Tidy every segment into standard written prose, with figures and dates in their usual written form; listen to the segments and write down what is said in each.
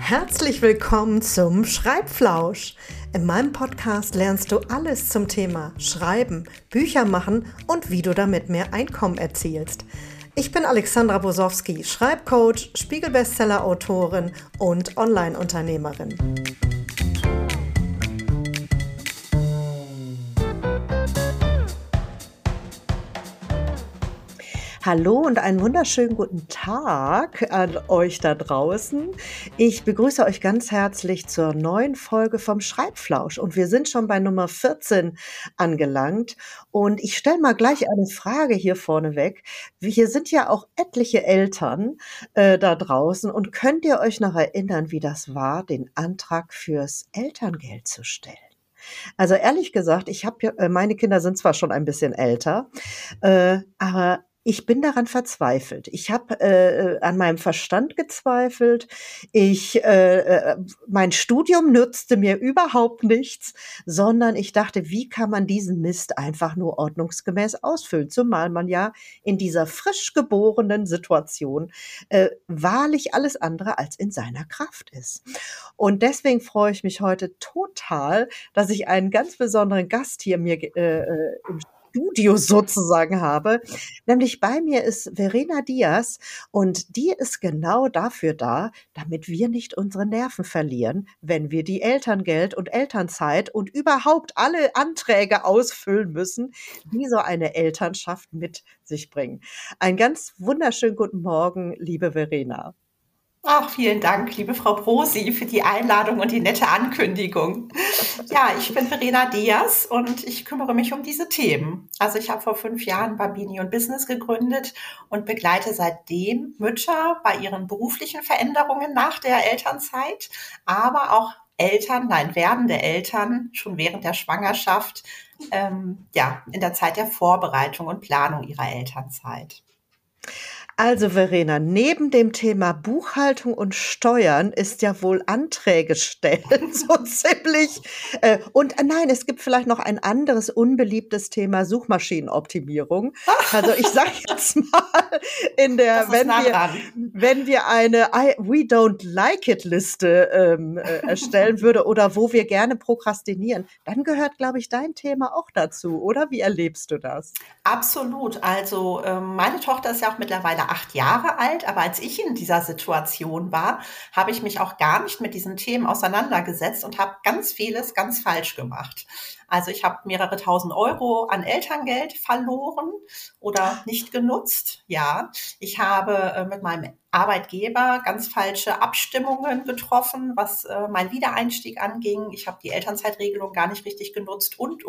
Herzlich willkommen zum Schreibflausch. In meinem Podcast lernst du alles zum Thema Schreiben, Bücher machen und wie du damit mehr Einkommen erzielst. Ich bin Alexandra Bosowski, Schreibcoach, Spiegel-Bestseller-Autorin und Online-Unternehmerin. Hallo und einen wunderschönen guten Tag an euch da draußen. Ich begrüße euch ganz herzlich zur neuen Folge vom Schreibflausch und wir sind schon bei Nummer 14 angelangt und ich stelle mal gleich eine Frage hier vorneweg. Hier sind ja auch etliche Eltern da draußen und könnt ihr euch noch erinnern, wie das war, den Antrag fürs Elterngeld zu stellen? Also ehrlich gesagt, meine Kinder sind zwar schon ein bisschen älter, aber ich bin daran verzweifelt. Ich habe an meinem Verstand gezweifelt. Mein Studium nützte mir überhaupt nichts, sondern ich dachte, wie kann man diesen Mist einfach nur ordnungsgemäß ausfüllen? Zumal man ja in dieser frisch geborenen Situation wahrlich alles andere als in seiner Kraft ist. Und deswegen freue ich mich heute total, dass ich einen ganz besonderen Gast hier im Studio sozusagen habe. Nämlich bei mir ist Verena Diaz und die ist genau dafür da, damit wir nicht unsere Nerven verlieren, wenn wir die Elterngeld und Elternzeit und überhaupt alle Anträge ausfüllen müssen, die so eine Elternschaft mit sich bringen. Einen ganz wunderschönen guten Morgen, liebe Verena. Ach, vielen Dank, liebe Frau Brosi, für die Einladung und die nette Ankündigung. Ja, ich bin Verena Diaz und ich kümmere mich um diese Themen. Also ich habe vor 5 Jahren Bambini und Business gegründet und begleite seitdem Mütter bei ihren beruflichen Veränderungen nach der Elternzeit, aber auch werdende Eltern schon während der Schwangerschaft, in der Zeit der Vorbereitung und Planung ihrer Elternzeit. Also Verena, neben dem Thema Buchhaltung und Steuern ist ja wohl Anträge stellen so ziemlich. Nein, es gibt vielleicht noch ein anderes unbeliebtes Thema, Suchmaschinenoptimierung. Also ich sage jetzt mal, wenn wir eine We don't like it Liste erstellen würde oder wo wir gerne prokrastinieren, dann gehört, glaube ich, dein Thema auch dazu, oder? Wie erlebst du das? Absolut. Also meine Tochter ist ja auch mittlerweile 8 Jahre alt, aber als ich in dieser Situation war, habe ich mich auch gar nicht mit diesen Themen auseinandergesetzt und habe ganz vieles ganz falsch gemacht. Also ich habe mehrere tausend Euro an Elterngeld verloren oder nicht genutzt. Ja, ich habe mit meinem Arbeitgeber ganz falsche Abstimmungen getroffen, was mein Wiedereinstieg anging. Ich habe die Elternzeitregelung gar nicht richtig genutzt und.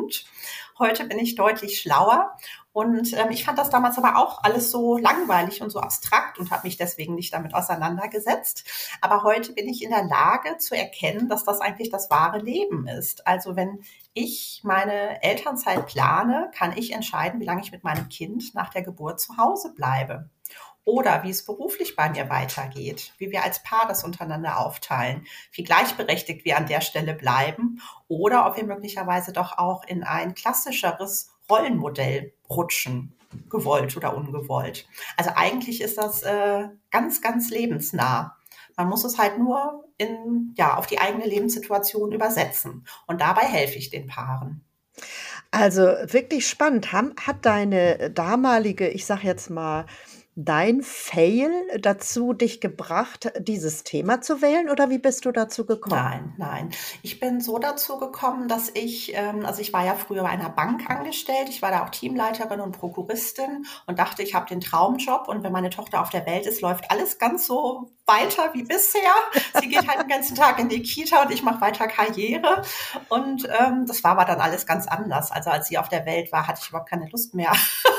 Heute bin ich deutlich schlauer und ich fand das damals aber auch alles so langweilig und so abstrakt und habe mich deswegen nicht damit auseinandergesetzt. Aber heute bin ich in der Lage zu erkennen, dass das eigentlich das wahre Leben ist. Also wenn ich meine Elternzeit plane, kann ich entscheiden, wie lange ich mit meinem Kind nach der Geburt zu Hause bleibe. Oder wie es beruflich bei mir weitergeht, wie wir als Paar das untereinander aufteilen, wie gleichberechtigt wir an der Stelle bleiben oder ob wir möglicherweise doch auch in ein klassischeres Rollenmodell rutschen, gewollt oder ungewollt. Also eigentlich ist das ganz, ganz lebensnah. Man muss es halt nur auf die eigene Lebenssituation übersetzen. Und dabei helfe ich den Paaren. Also wirklich spannend. Hat deine damalige, ich sag jetzt mal, dein Fail dazu dich gebracht, dieses Thema zu wählen oder wie bist du dazu gekommen? Nein. Ich bin so dazu gekommen, dass ich war ja früher bei einer Bank angestellt. Ich war da auch Teamleiterin und Prokuristin und dachte, ich habe den Traumjob und wenn meine Tochter auf der Welt ist, läuft alles ganz so weiter wie bisher. Sie geht halt den ganzen Tag in die Kita und ich mache weiter Karriere und das war aber dann alles ganz anders. Also als sie auf der Welt war, hatte ich überhaupt keine Lust mehr,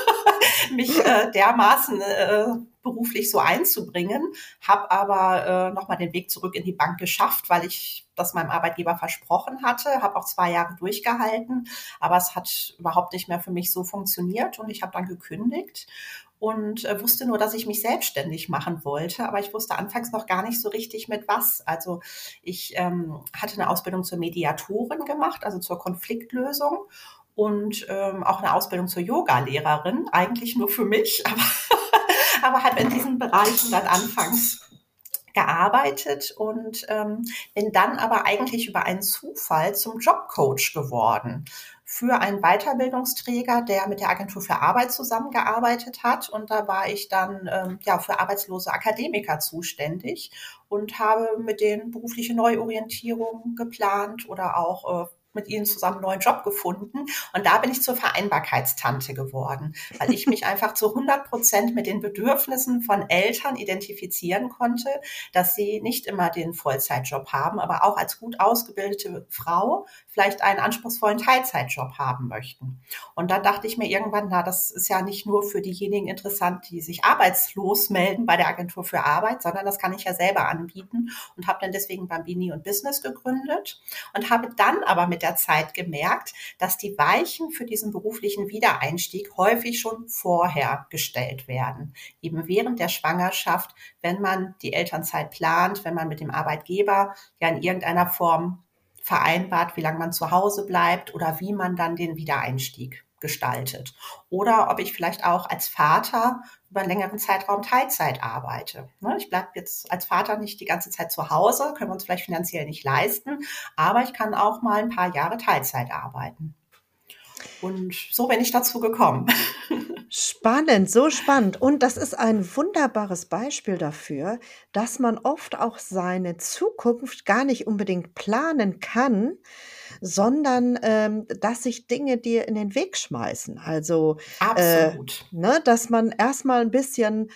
mich dermaßen beruflich so einzubringen, habe aber nochmal den Weg zurück in die Bank geschafft, weil ich das meinem Arbeitgeber versprochen hatte, habe auch 2 Jahre durchgehalten, aber es hat überhaupt nicht mehr für mich so funktioniert und ich habe dann gekündigt und wusste nur, dass ich mich selbstständig machen wollte, aber ich wusste anfangs noch gar nicht so richtig mit was. Also ich hatte eine Ausbildung zur Mediatorin gemacht, also zur Konfliktlösung und auch eine Ausbildung zur Yoga-Lehrerin, eigentlich nur für mich, aber halt in diesen Bereichen dann anfangs gearbeitet und bin dann aber eigentlich über einen Zufall zum Jobcoach geworden für einen Weiterbildungsträger, der mit der Agentur für Arbeit zusammengearbeitet hat. Und da war ich dann für arbeitslose Akademiker zuständig und habe mit denen berufliche Neuorientierung geplant oder auch mit ihnen zusammen einen neuen Job gefunden. Und da bin ich zur Vereinbarkeitstante geworden, weil ich mich einfach zu 100% mit den Bedürfnissen von Eltern identifizieren konnte, dass sie nicht immer den Vollzeitjob haben, aber auch als gut ausgebildete Frau vielleicht einen anspruchsvollen Teilzeitjob haben möchten. Und dann dachte ich mir irgendwann, na, das ist ja nicht nur für diejenigen interessant, die sich arbeitslos melden bei der Agentur für Arbeit, sondern das kann ich ja selber anbieten und habe dann deswegen Bambini und Business gegründet und habe dann aber mit der Zeit gemerkt, dass die Weichen für diesen beruflichen Wiedereinstieg häufig schon vorher gestellt werden. Eben während der Schwangerschaft, wenn man die Elternzeit plant, wenn man mit dem Arbeitgeber ja in irgendeiner Form vereinbart, wie lange man zu Hause bleibt oder wie man dann den Wiedereinstieg gestaltet. Oder ob ich vielleicht auch als Vater über einen längeren Zeitraum Teilzeit arbeite. Ich bleibe jetzt als Vater nicht die ganze Zeit zu Hause, können wir uns vielleicht finanziell nicht leisten, aber ich kann auch mal ein paar Jahre Teilzeit arbeiten. Und so bin ich dazu gekommen. Spannend, so spannend. Und das ist ein wunderbares Beispiel dafür, dass man oft auch seine Zukunft gar nicht unbedingt planen kann, sondern, dass sich Dinge dir in den Weg schmeißen. Also, äh, Absolut. ne, dass man erst mal 'n bisschen,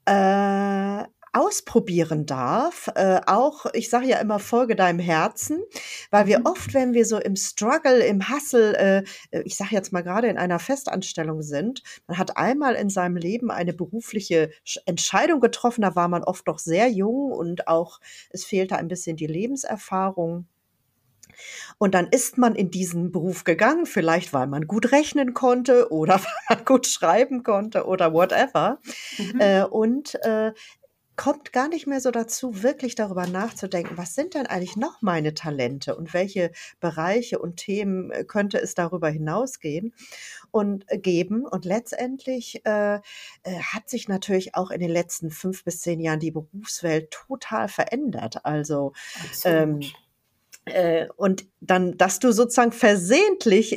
ausprobieren darf. Auch ich sage ja immer: „Folge deinem Herzen“, weil wir Mhm. oft, wenn wir so im Struggle, im Hustle, ich sage jetzt mal grade in einer Festanstellung sind, man hat einmal in seinem Leben eine berufliche Entscheidung getroffen, da war man oft noch sehr jung und auch es fehlte ein bisschen die Lebenserfahrung. Und dann ist man in diesen Beruf gegangen, vielleicht weil man gut rechnen konnte oder weil man gut schreiben konnte oder whatever, Mhm. und, kommt gar nicht mehr so dazu, wirklich darüber nachzudenken: „Was sind denn eigentlich noch meine Talente und welche Bereiche und Themen, könnte es darüber hinausgehen und geben?“ Und letztendlich, hat sich natürlich auch in den letzten 5 bis 10 Jahren die Berufswelt total verändert. Also, ähm, Absolut. und dann, dass du sozusagen versehentlich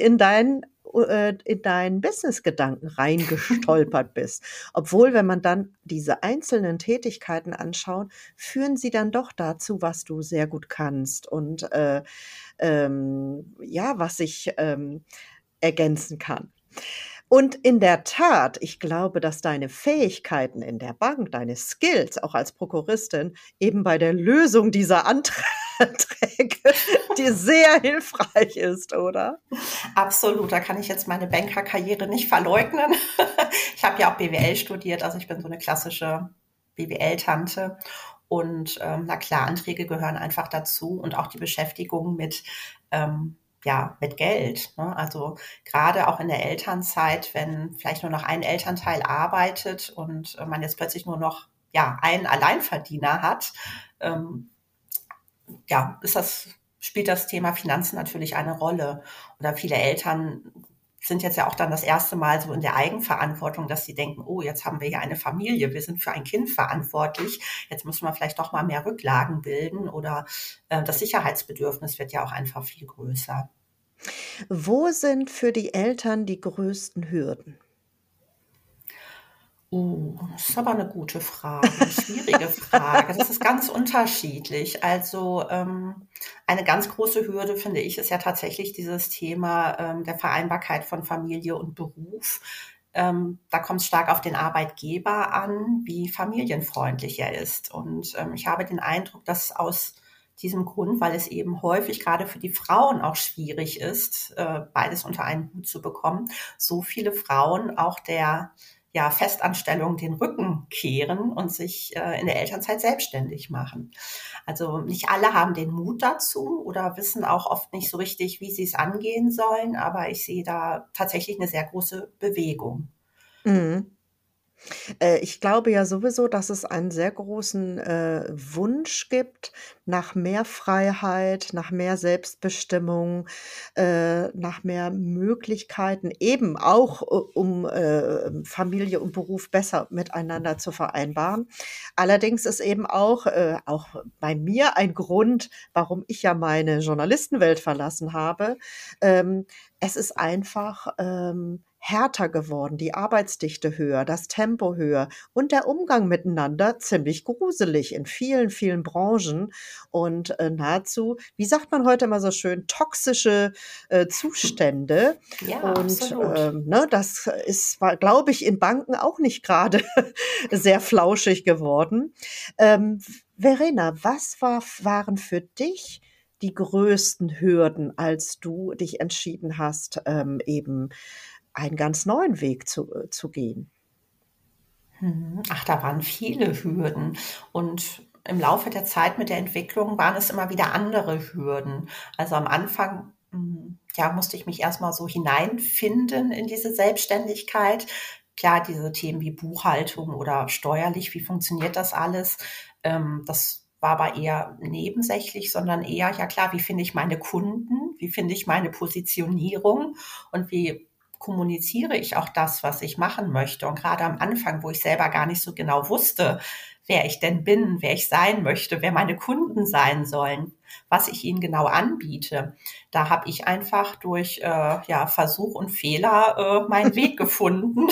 in deinen Businessgedanken reingestolpert bist. Obwohl, wenn man dann diese einzelnen Tätigkeiten anschaut, führen sie dann doch dazu, was du sehr gut kannst und, ja, was sich, ergänzen kann. Und in der Tat, ich glaube, dass deine Fähigkeiten in der Bank, deine Skills auch als Prokuristin eben bei der Lösung dieser Anträge dir sehr hilfreich ist, oder? Absolut, da kann ich jetzt meine Bankerkarriere nicht verleugnen. Ich habe ja auch BWL studiert, also ich bin so eine klassische BWL-Tante. Und na klar, Anträge gehören einfach dazu und auch die Beschäftigung mit Geld. Ne? Also gerade auch in der Elternzeit, wenn vielleicht nur noch ein Elternteil arbeitet und man jetzt plötzlich nur noch einen Alleinverdiener hat, ähm, spielt das Thema Finanzen natürlich eine Rolle. Oder viele Eltern sind jetzt ja auch dann das erste Mal so in der Eigenverantwortung, dass sie denken, oh, jetzt haben wir ja eine Familie, wir sind für ein Kind verantwortlich, jetzt müssen wir vielleicht doch mal mehr Rücklagen bilden oder das Sicherheitsbedürfnis wird ja auch einfach viel größer. Wo sind für die Eltern die größten Hürden? Oh, das ist aber eine gute Frage, eine schwierige Frage. Das ist ganz unterschiedlich. Also, eine ganz große Hürde, finde ich, ist ja tatsächlich dieses Thema, der Vereinbarkeit von Familie und Beruf. Da kommt es stark auf den Arbeitgeber an, wie familienfreundlich er ist. Und, ich habe den Eindruck, dass aus diesem Grund, weil es eben häufig gerade für die Frauen auch schwierig ist, beides unter einen Hut zu bekommen, so viele Frauen auch der Festanstellung den Rücken kehren und sich in der Elternzeit selbstständig machen. Also nicht alle haben den Mut dazu oder wissen auch oft nicht so richtig, wie sie es angehen sollen, aber ich sehe da tatsächlich eine sehr große Bewegung. Mhm. Ich glaube ja sowieso, dass es einen sehr großen, Wunsch gibt nach mehr Freiheit, nach mehr Selbstbestimmung, nach mehr Möglichkeiten, eben auch, um, Familie und Beruf besser miteinander zu vereinbaren. Allerdings ist eben auch bei mir ein Grund, warum ich ja meine Journalistenwelt verlassen habe. Es ist einfach, härter geworden, die Arbeitsdichte höher, das Tempo höher und der Umgang miteinander ziemlich gruselig in vielen, vielen Branchen und, nahezu, wie sagt man heute immer so schön, toxische, Zustände. Ja, Und, absolut. ne, das war, glaube ich, in Banken auch nicht gerade sehr flauschig geworden. Verena, waren für dich die größten Hürden, als du dich entschieden hast, eben einen ganz neuen Weg zu gehen? Mhm. Ach, da waren viele Hürden und im Laufe der Zeit mit der Entwicklung waren es immer wieder andere Hürden. Also, am Anfang, ja, musste ich mich erst mal so hineinfinden in diese Selbstständigkeit. Klar, diese Themen wie Buchhaltung oder steuerlich, wie funktioniert das alles? Das war aber eher nebensächlich, sondern eher, ja klar, wie finde ich meine Kunden? Wie finde ich meine Positionierung? Und wie kommuniziere ich auch das, was ich machen möchte? Und gerade am Anfang, wo ich selber gar nicht so genau wusste, wer ich denn bin, wer ich sein möchte, wer meine Kunden sein sollen, was ich ihnen genau anbiete, da habe ich einfach durch ja, Versuch und Fehler meinen Weg gefunden.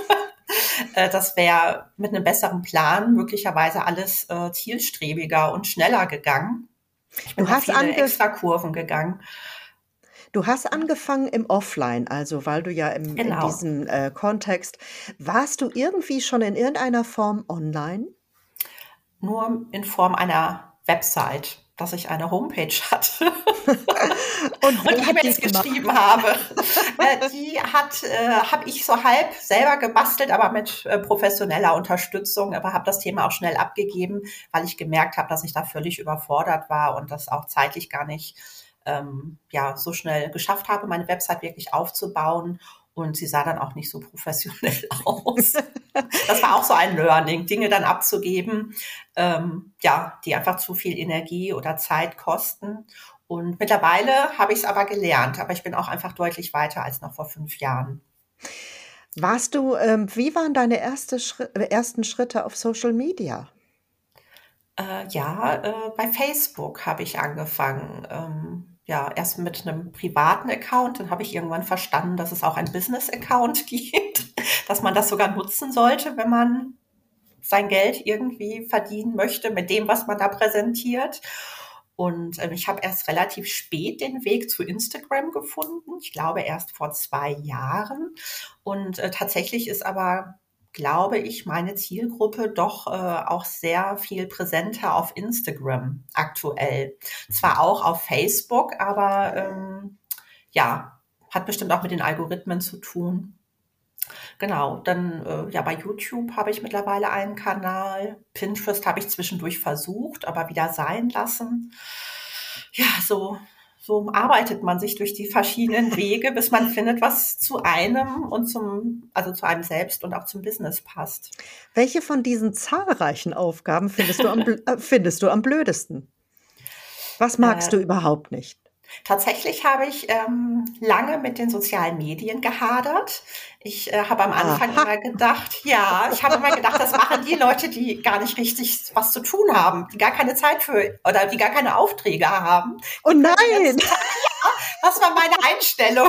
Das wäre mit einem besseren Plan möglicherweise alles zielstrebiger und schneller gegangen. Ich bin Du da hast viele angef Extrakurven gegangen. Du hast Ja, angefangen im Offline, also weil du ja in genau. diesem, Kontext warst du irgendwie schon in irgendeiner Form online? Nur in Form einer Website, dass ich eine Homepage hatte Und und wer hat die E-Mails gemacht? geschrieben habe. Die habe ich so halb selber gebastelt, aber mit professioneller Unterstützung, aber habe das Thema auch schnell abgegeben, weil ich gemerkt habe, dass ich da völlig überfordert war und das auch zeitlich gar nicht ja, so schnell geschafft habe, meine Website wirklich aufzubauen. Und sie sah dann auch nicht so professionell aus. Das war auch so ein Learning, Dinge dann abzugeben, ja, die einfach zu viel Energie oder Zeit kosten. Und mittlerweile habe ich es aber gelernt, aber ich bin auch einfach deutlich weiter als noch vor 5 Jahren. Wie waren deine ersten Schritte auf Social Media? Ja, bei Facebook habe ich angefangen. Ja, erst mit einem privaten Account, dann habe ich irgendwann verstanden, dass es auch ein Business-Account gibt, dass man das sogar nutzen sollte, wenn man sein Geld irgendwie verdienen möchte mit dem, was man da präsentiert. Und ich habe erst relativ spät den Weg zu Instagram gefunden. Ich glaube erst vor 2 Jahren. Und tatsächlich ist aber, glaube ich, meine Zielgruppe doch auch sehr viel präsenter auf Instagram aktuell. Zwar auch auf Facebook, aber ja, hat bestimmt auch mit den Algorithmen zu tun. Genau, dann ja, bei YouTube habe ich mittlerweile einen Kanal. Pinterest habe ich zwischendurch versucht, aber wieder sein lassen. Ja, so arbeitet man sich durch die verschiedenen Wege, bis man findet, was zu einem und also zu einem selbst und auch zum Business passt. Welche von diesen zahlreichen Aufgaben findest du am blödesten? Was magst Äh, du überhaupt nicht? Tatsächlich habe ich lange mit den sozialen Medien gehadert. Ich habe am Anfang Aha. immer gedacht, ja, ich habe immer gedacht, das machen die Leute, die gar nicht richtig was zu tun haben, die gar keine Zeit für oder die gar keine Aufträge haben. Oh Die können den nein! ganzen Tag, das war meine Einstellung,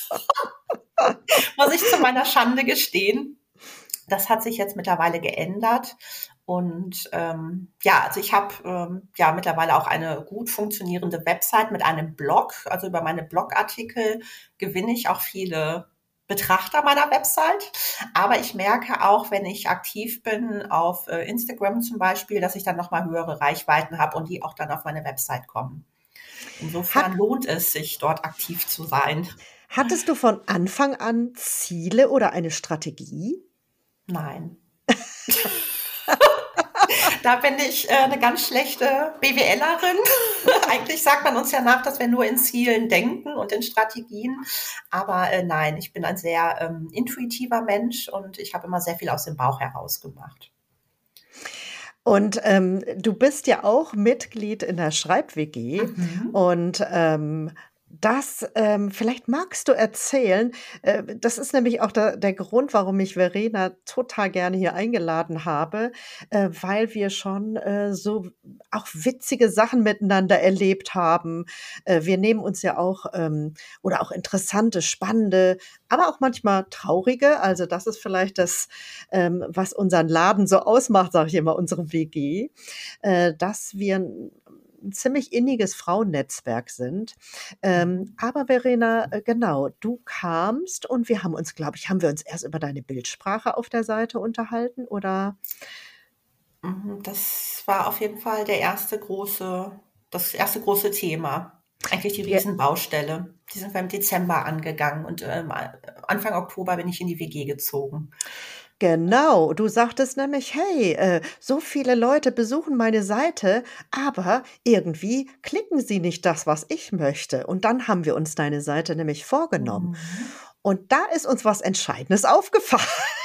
muss ich zu meiner Schande gestehen. Das hat sich jetzt mittlerweile geändert. Und ja, also ich habe ja mittlerweile auch eine gut funktionierende Website mit einem Blog. Also über meine Blogartikel gewinne ich auch viele Betrachter meiner Website. Aber ich merke auch, wenn ich aktiv bin auf Instagram zum Beispiel, dass ich dann nochmal höhere Reichweiten habe und die auch dann auf meine Website kommen. Hat Insofern lohnt es sich, dort aktiv zu sein. Hattest du von Anfang an Ziele oder eine Strategie? Nein. Da bin ich eine ganz schlechte BWLerin. Eigentlich sagt man uns ja nach, dass wir nur in Zielen denken und in Strategien. Aber nein, ich bin ein sehr intuitiver Mensch und ich habe immer sehr viel aus dem Bauch heraus gemacht. Und du bist ja auch Mitglied in der Schreib-WG Mhm. und vielleicht magst du erzählen, das ist nämlich auch der Grund, warum ich Verena total gerne hier eingeladen habe, weil wir schon so auch witzige Sachen miteinander erlebt haben. Wir nehmen uns ja auch oder auch interessante, spannende, aber auch manchmal traurige, also das ist vielleicht das, was unseren Laden so ausmacht, sage ich immer, unsere WG, dass wir ein ziemlich inniges Frauennetzwerk sind. Aber Verena, genau, du kamst und wir haben uns, glaube ich, haben wir uns erst über deine Bildsprache auf der Seite unterhalten oder? Das war auf jeden Fall das erste große Thema. Eigentlich die Ja, Riesenbaustelle. Die sind wir im Dezember angegangen und Anfang Oktober bin ich in die WG gezogen. genau. Du sagtest nämlich: „Hey, so viele Leute besuchen meine Seite, aber irgendwie klicken sie nicht das, was ich möchte.“ Und dann haben wir uns deine Seite nämlich vorgenommen. Mhm. Und da ist uns was Entscheidendes aufgefallen.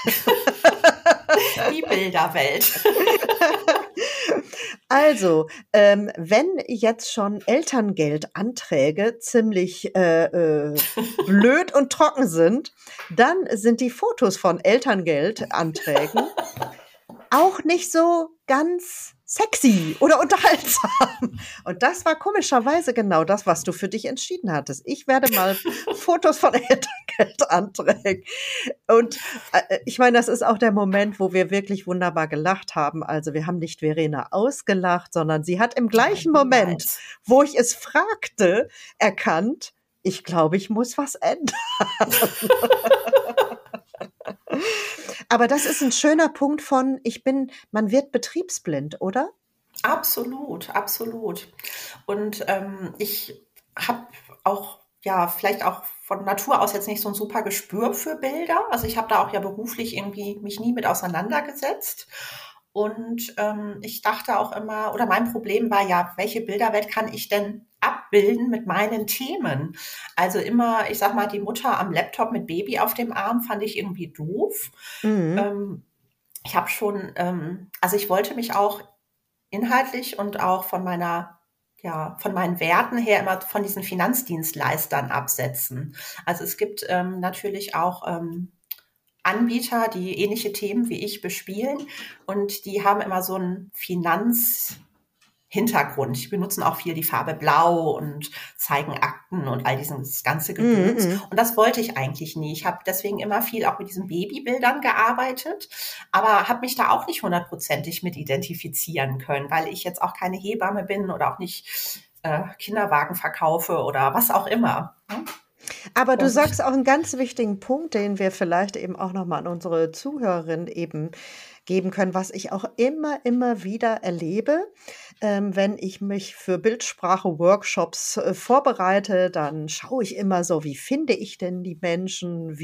Die Bilderwelt. Also, wenn jetzt schon Elterngeldanträge ziemlich, blöd und trocken sind, dann sind die Fotos von Elterngeldanträgen auch nicht so ganz sexy oder unterhaltsam. Und das war komischerweise genau das, was du für dich entschieden hattest. Ich werde mal Fotos von Elterngeldanträgen. Und ich meine, das ist auch der Moment, wo wir wirklich wunderbar gelacht haben. Also wir haben nicht Verena ausgelacht, sondern sie hat im Nein, gleichen Moment, niemals. wo ich es fragte, erkannt, ich glaube, ich muss was ändern. Aber das ist ein schöner Punkt von, man wird betriebsblind, oder? Absolut, absolut. Und ich habe auch, ja, vielleicht auch von Natur aus jetzt nicht so ein super Gespür für Bilder. Also ich habe da auch ja beruflich irgendwie mich nie mit auseinandergesetzt. Und ich dachte auch immer, oder mein Problem war ja, welche Bilderwelt kann ich denn abbilden mit meinen Themen? Also immer, ich sag mal, die Mutter am Laptop mit Baby auf dem Arm fand ich irgendwie doof. Mhm. Ähm, Ich habe schon, also ich wollte mich auch inhaltlich und auch von meinen Werten her immer von diesen Finanzdienstleistern absetzen. Also es gibt natürlich auch Anbieter, die ähnliche Themen wie ich bespielen und die haben immer so einen Hintergrund. Die benutzen auch viel die Farbe Blau und zeigen Akten und all dieses ganze Mhm, Gedöns. mhm. Und das wollte ich eigentlich nie. Ich habe deswegen immer viel auch mit diesen Babybildern gearbeitet, aber habe mich da auch nicht hundertprozentig mit identifizieren können, weil ich jetzt auch keine Hebamme bin oder auch nicht Kinderwagen verkaufe oder was auch immer. Aber du Und sagst auch einen ganz wichtigen Punkt, den wir vielleicht eben auch noch mal an unsere Zuhörerin eben geben können, was ich auch immer wieder erlebe, wenn ich mich für Bildsprache-Workshops, vorbereite, dann schaue ich immer so: Wie finde ich denn die Menschen?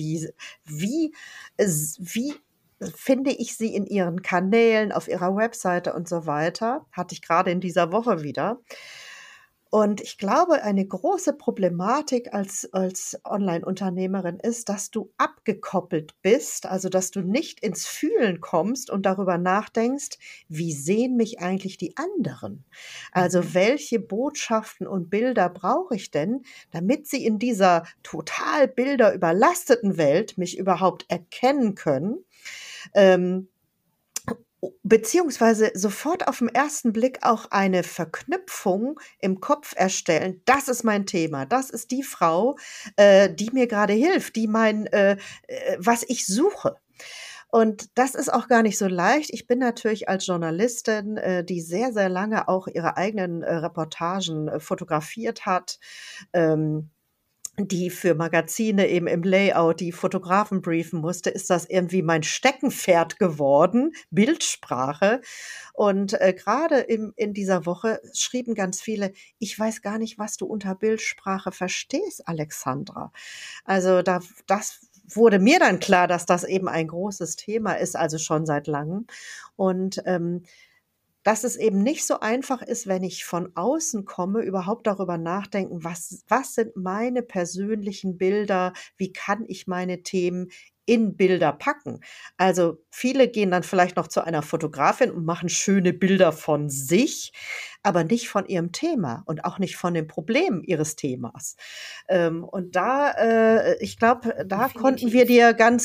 Wie finde ich sie in ihren Kanälen, auf ihrer Webseite und so weiter? Hatte ich gerade in dieser Woche wieder. Und ich glaube, eine große Problematik als Online-Unternehmerin ist, dass du abgekoppelt bist, also dass du nicht ins Fühlen kommst und darüber nachdenkst: „Wie sehen mich eigentlich die anderen? Also, mhm. welche Botschaften und Bilder brauche ich denn, damit sie in dieser total bilderüberlasteten Welt mich überhaupt erkennen können?“ Ähm, Beziehungsweise sofort auf 'n ersten Blick auch eine Verknüpfung im Kopf erstellen: „Das ist mein Thema. Das ist die Frau, die mir grade hilft, die was ich suche.“ Und das ist auch gar nicht so leicht. Ich bin natürlich als Journalistin, die sehr, sehr lange auch ihre eigenen, Reportagen, fotografiert hat, ähm die für Magazine eben im Layout die Fotografen briefen musste, ist das irgendwie mein Steckenpferd geworden, Bildsprache. Und, grade in dieser Woche schrieben ganz viele: „Ich weiß gar nicht, was du unter Bildsprache verstehst, Alexandra.“ Also, das wurde mir dann klar, dass das eben ein großes Thema ist, also schon seit Langem. Und, dass es eben nicht so einfach ist, wenn ich von außen komme, überhaupt darüber nachdenken, was sind meine persönlichen Bilder? Wie kann ich meine Themen in Bilder packen? Also, viele gehen dann vielleicht noch zu einer Fotografin und machen schöne Bilder von sich, aber nicht von ihrem Thema und auch nicht von dem Problem ihres Themas. Und da, ich glaube, da Definitiv.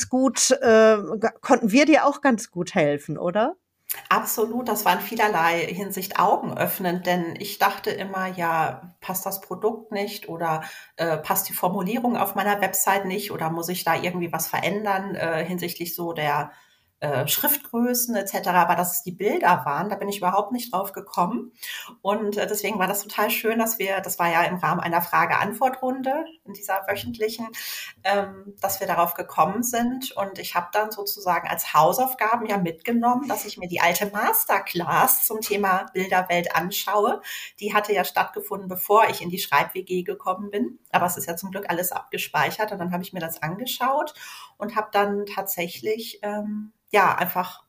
konnten wir dir auch ganz gut helfen, oder? Absolut, das war in vielerlei Hinsicht augenöffnend, denn ich dachte immer, ja, passt das Produkt nicht oder passt die Formulierung auf meiner Website nicht oder muss ich da irgendwie was verändern hinsichtlich so der Schriftgrößen etc. Aber dass es die Bilder waren, da bin ich überhaupt nicht drauf gekommen. Und deswegen war das total schön, das war ja im Rahmen einer Frage-Antwort-Runde in dieser wöchentlichen, dass wir darauf gekommen sind. Und ich habe dann sozusagen als Hausaufgaben ja mitgenommen, dass ich mir die alte Masterclass zum Thema Bilderwelt anschaue. Die hatte ja stattgefunden, bevor ich in die Schreib-WG gekommen bin. Aber es ist ja zum Glück alles abgespeichert. Und dann habe ich mir das angeschaut und habe dann tatsächlich ja einfach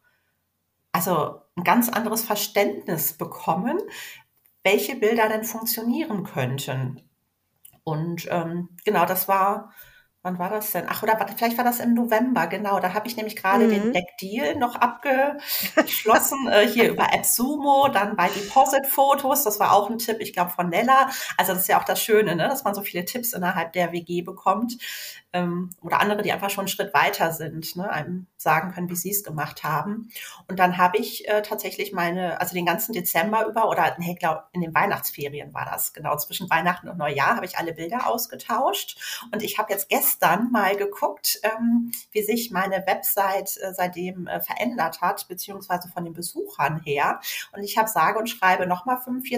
also ein ganz anderes Verständnis bekommen, welche Bilder denn funktionieren könnten. Und genau, das war, wann war das denn? Ach, oder warte, vielleicht war das im November, genau. Da habe ich nämlich gerade den Mhm. Black Deal noch abgeschlossen, hier über AppSumo, dann bei Deposit Fotos. Das war auch ein Tipp, ich glaube, von Nella. Also das ist ja auch das Schöne, ne? Dass man so viele Tipps innerhalb der WG bekommt. Oder andere, die einfach schon einen Schritt weiter sind, ne? Einem sagen können, wie sie es gemacht haben. Und dann habe ich tatsächlich also den ganzen Dezember über, oder nee, glaube in den Weihnachtsferien war das, genau, zwischen Weihnachten und Neujahr habe ich alle Bilder ausgetauscht. Und ich habe jetzt gestern mal geguckt, wie sich meine Website seitdem verändert hat, beziehungsweise von den Besuchern her. Und ich habe sage und schreibe nochmal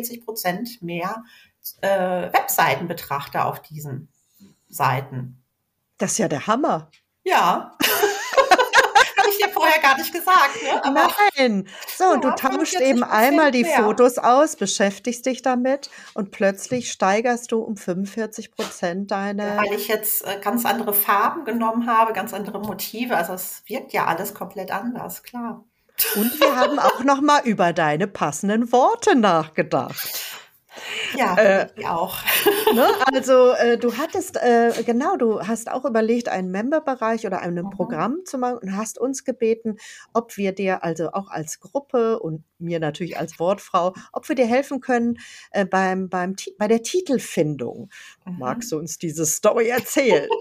45% mehr Webseitenbetrachter auf diesen Seiten. Das ist ja der Hammer. Ja, habe ich dir vorher gar nicht gesagt, ne? Aber Nein. So, und du ja, tauscht eben 45% einmal die mehr. Fotos aus, beschäftigst dich damit und plötzlich steigerst du um 45% Ja, deine. weil ich jetzt ganz andere Farben genommen habe, ganz andere Motive. Also es wirkt ja alles komplett anders, klar. Und wir haben auch noch mal über deine passenden Worte nachgedacht. Ja, über Äh, die auch. Ne? Also, du hast auch überlegt, einen Memberbereich oder ein Mhm. Programm zu machen und hast uns gebeten, ob wir dir also auch als Gruppe und mir natürlich als Wortfrau, ob wir dir helfen können, bei der Titelfindung. Magst Mhm. du uns diese Story erzählen?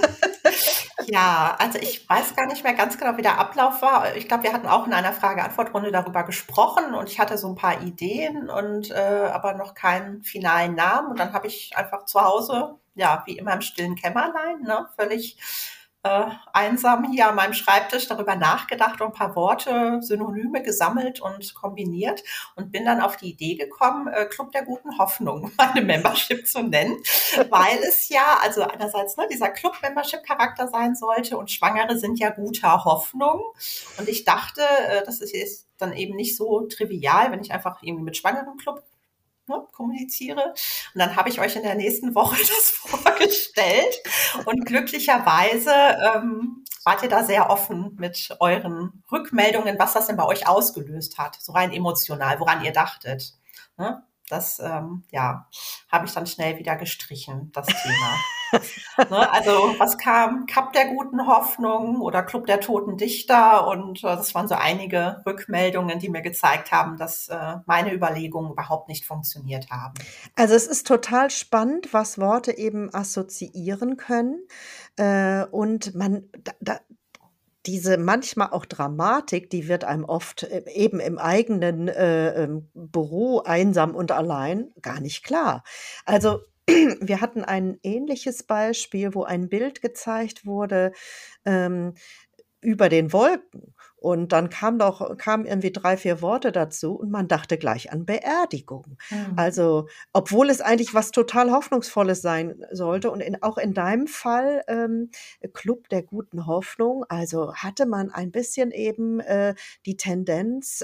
Ja, also ich weiß gar nicht mehr ganz genau, wie der Ablauf war. Ich glaube, wir hatten auch in einer Frage-Antwort-Runde darüber gesprochen und ich hatte so ein paar Ideen und aber noch keinen finalen Namen. Und dann habe ich einfach zu Hause, ja, wie immer im stillen Kämmerlein, ne, völlig einsam hier an meinem Schreibtisch darüber nachgedacht und ein paar Worte, Synonyme gesammelt und kombiniert und bin dann auf die Idee gekommen, Club der guten Hoffnung, meine Membership zu nennen, weil es ja, also einerseits ne, dieser Club-Membership-Charakter sein sollte und Schwangere sind ja guter Hoffnung. Und ich dachte, das ist jetzt dann eben nicht so trivial, wenn ich einfach irgendwie mit Schwangeren Club ne, kommuniziere. Und dann habe ich euch in der nächsten Woche das vorgestellt. Und glücklicherweise wart ihr da sehr offen mit euren Rückmeldungen, was das denn bei euch ausgelöst hat, so rein emotional, woran ihr dachtet. Ne? Das ja, habe ich dann schnell wieder gestrichen, das Thema. Ne? Also was kam? Cup der guten Hoffnung oder Club der toten Dichter und das waren so einige Rückmeldungen, die mir gezeigt haben, dass meine Überlegungen überhaupt nicht funktioniert haben. Also, es ist total spannend, was Worte eben assoziieren können, und man da diese manchmal auch Dramatik, die wird einem oft, eben im eigenen, Büro einsam und allein gar nicht klar. Also, wir hatten ein ähnliches Beispiel, wo ein Bild gezeigt wurde, ähm, über den Wolken. Und dann kamen irgendwie 3 4 Worte dazu und man dachte gleich an Beerdigung. Mhm. Also, obwohl es eigentlich was total Hoffnungsvolles sein sollte und auch in deinem Fall, Club der guten Hoffnung, also, hatte man ein bisschen eben, die Tendenz,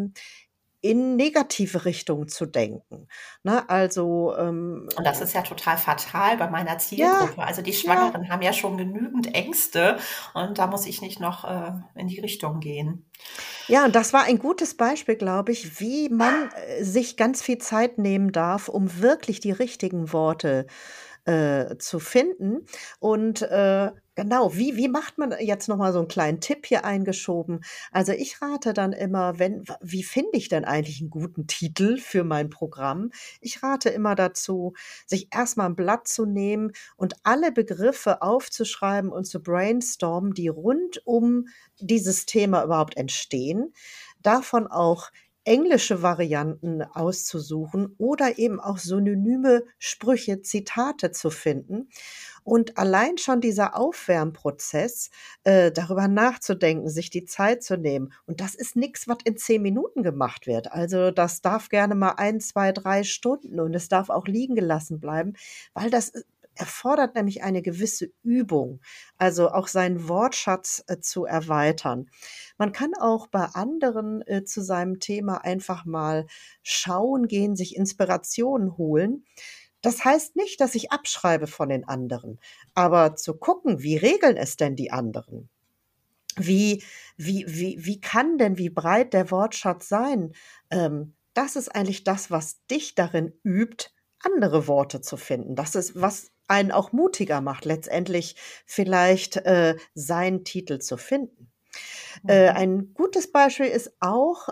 in negative Richtung zu denken, ne? Also, Und das ist ja total fatal bei meiner ja, Zielgruppe. Also die ja. Schwangeren haben ja schon genügend Ängste und da muss ich nicht noch in die Richtung gehen. Ja, und das war ein gutes Beispiel, glaube ich, wie man sich ganz viel Zeit nehmen darf, um wirklich die richtigen Worte zu finden. Und genau, wie macht man jetzt noch mal so einen kleinen Tipp hier eingeschoben? Also, ich rate dann immer, wie finde ich denn eigentlich einen guten Titel für mein Programm? Ich rate immer dazu, sich erst mal 'n Blatt zu nehmen und alle Begriffe aufzuschreiben und zu brainstormen, die rund um dieses Thema überhaupt entstehen. Davon auch englische Varianten auszusuchen oder eben auch synonyme Sprüche, Zitate zu finden. Und allein schon dieser Aufwärmprozess, darüber nachzudenken, sich die Zeit zu nehmen. Und das ist nix, was in 10 Minuten gemacht wird. Also, das darf gerne mal 1, 2, 3 Stunden und es darf auch liegen gelassen bleiben, weil das erfordert nämlich eine gewisse Übung, also auch seinen Wortschatz, zu erweitern. Man kann auch bei anderen, zu seinem Thema einfach mal schauen gehen, sich Inspirationen holen. Das heißt nicht, dass ich abschreibe von den anderen, aber zu gucken, wie regeln es denn die anderen? Wie wie kann denn wie breit der Wortschatz sein? Das ist eigentlich das, was dich darin übt, andere Worte zu finden. Das ist, was einen auch mutiger macht, letztendlich vielleicht, seinen Titel zu finden. Mhm. Ein gutes Beispiel ist auch,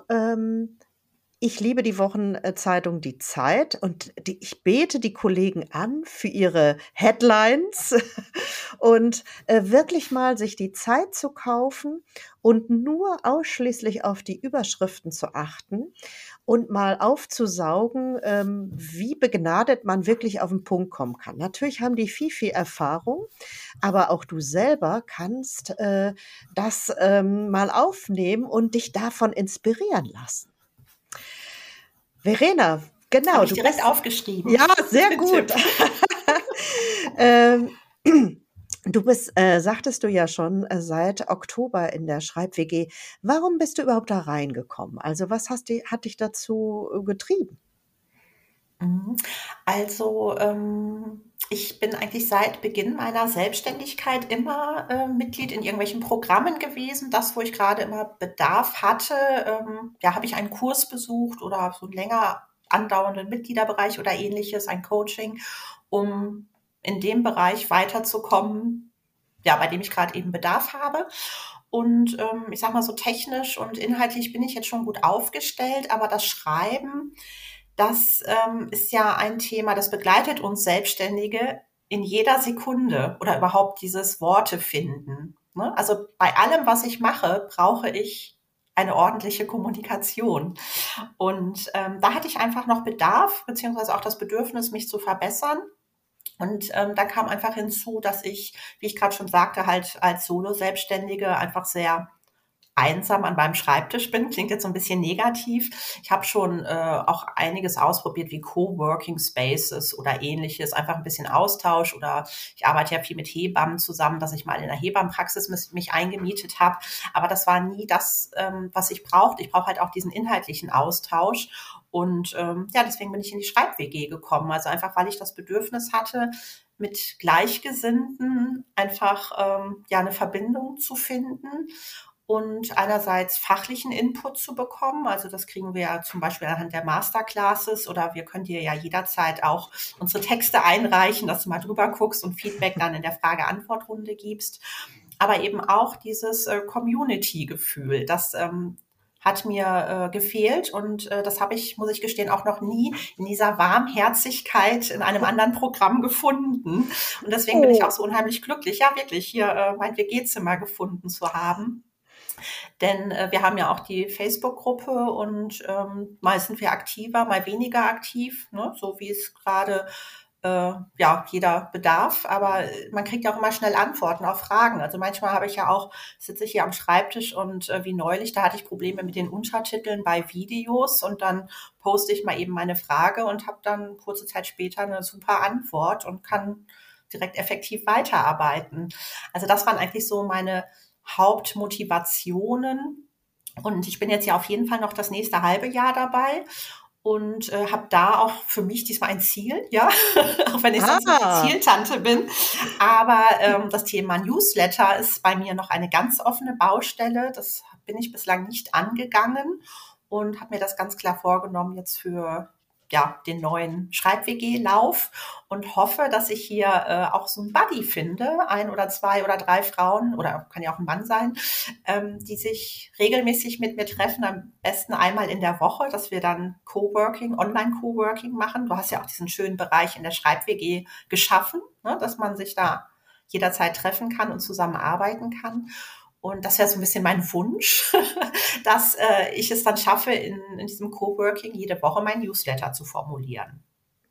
ich liebe die Wochenzeitung Die Zeit und ich bete die Kollegen an für ihre Headlines und, wirklich mal sich die Zeit zu kaufen und nur ausschließlich auf die Überschriften zu achten und mal aufzusaugen, wie begnadet man wirklich auf 'n Punkt kommen kann. Natürlich haben die viel Erfahrung, aber auch du selber kannst, das, mal aufnehmen und dich davon inspirieren lassen. Verena, Habe genau, ich du direkt bist aufgeschrieben, ja, sehr den gut. Tipp. Ähm, du bist, sagtest du ja schon, seit Oktober in der Schreib-WG. Warum bist du überhaupt da reingekommen? Also, was hat dich dazu, getrieben? Mhm. Also, ich bin eigentlich seit Beginn meiner Selbstständigkeit immer, Mitglied in irgendwelchen Programmen gewesen. Das, wo ich gerade immer Bedarf hatte, ja, habe ich einen Kurs besucht oder so 'n länger andauernden Mitgliederbereich oder Ähnliches, ein Coaching, um in dem Bereich weiterzukommen, ja, bei dem ich gerade eben Bedarf habe. Und, ich sage mal so, technisch und inhaltlich bin ich jetzt schon gut aufgestellt, aber das Schreiben, das, ist ja ein Thema, das begleitet uns Selbstständige in jeder Sekunde oder überhaupt dieses Worte finden, ne? Also, bei allem, was ich mache, brauche ich eine ordentliche Kommunikation. Und, da hatte ich einfach noch Bedarf beziehungsweise auch das Bedürfnis, mich zu verbessern. Und, da kam einfach hinzu, dass ich, wie ich gerade schon sagte, halt als Solo-Selbstständige einfach sehr einsam an meinem Schreibtisch bin. Klingt jetzt so ein bisschen negativ. Ich habe schon, auch einiges ausprobiert wie Coworking Spaces oder Ähnliches, einfach ein bisschen Austausch, oder ich arbeite ja viel mit Hebammen zusammen, dass ich mal in 'ner Hebammenpraxis mich eingemietet habe. Aber das war nie das, was ich brauchte. Ich brauche halt auch diesen inhaltlichen Austausch und, ja, deswegen bin ich in die Schreib-WG gekommen. Also, einfach, weil ich das Bedürfnis hatte, mit Gleichgesinnten einfach, ja, eine Verbindung zu finden und einerseits fachlichen Input zu bekommen. Also das kriegen wir ja zum Beispiel anhand der Masterclasses, oder wir können dir ja jederzeit auch unsere Texte einreichen, dass du mal drüber guckst und Feedback dann in der Frage-Antwort-Runde gibst. Aber eben auch dieses Community-Gefühl, das hat mir gefehlt, und das habe ich, muss ich gestehen, auch noch nie in dieser Warmherzigkeit in einem anderen Programm gefunden. Und deswegen bin ich auch Oh. so unheimlich glücklich, ja wirklich, hier mein WG-Zimmer gefunden zu haben. Denn wir haben ja auch die Facebook-Gruppe, und mal sind wir aktiver, mal weniger aktiv, ne? So wie es gerade ja, jeder bedarf. Aber man kriegt ja auch immer schnell Antworten auf Fragen. Also manchmal habe ich ja auch, sitze ich hier am Schreibtisch und wie neulich, da hatte ich Probleme mit den Untertiteln bei Videos, und dann poste ich mal eben meine Frage und habe dann kurze Zeit später eine super Antwort und kann direkt effektiv weiterarbeiten. Also das waren eigentlich so meine Hauptmotivationen. Und ich bin jetzt ja auf jeden Fall noch das nächste halbe Jahr dabei und habe da auch für mich diesmal ein Ziel, ja, auch wenn ich sonst nicht die Ah. Zieltante bin. Aber das Thema Newsletter ist bei mir noch eine ganz offene Baustelle. Das bin ich bislang nicht angegangen und habe mir das ganz klar vorgenommen jetzt für den neuen Schreib-WG-Lauf und hoffe, dass ich hier auch so ein Buddy finde, 1 oder 2 oder 3 Frauen oder kann ja auch ein Mann sein, die sich regelmäßig mit mir treffen, am besten einmal in der Woche, dass wir dann Coworking, Online-Coworking machen. Du hast ja auch diesen schönen Bereich in der Schreib-WG geschaffen, ne, dass man sich da jederzeit treffen kann und zusammenarbeiten kann. Und das wäre so ein bisschen mein Wunsch, dass ich es dann schaffe, in diesem Coworking jede Woche mein Newsletter zu formulieren.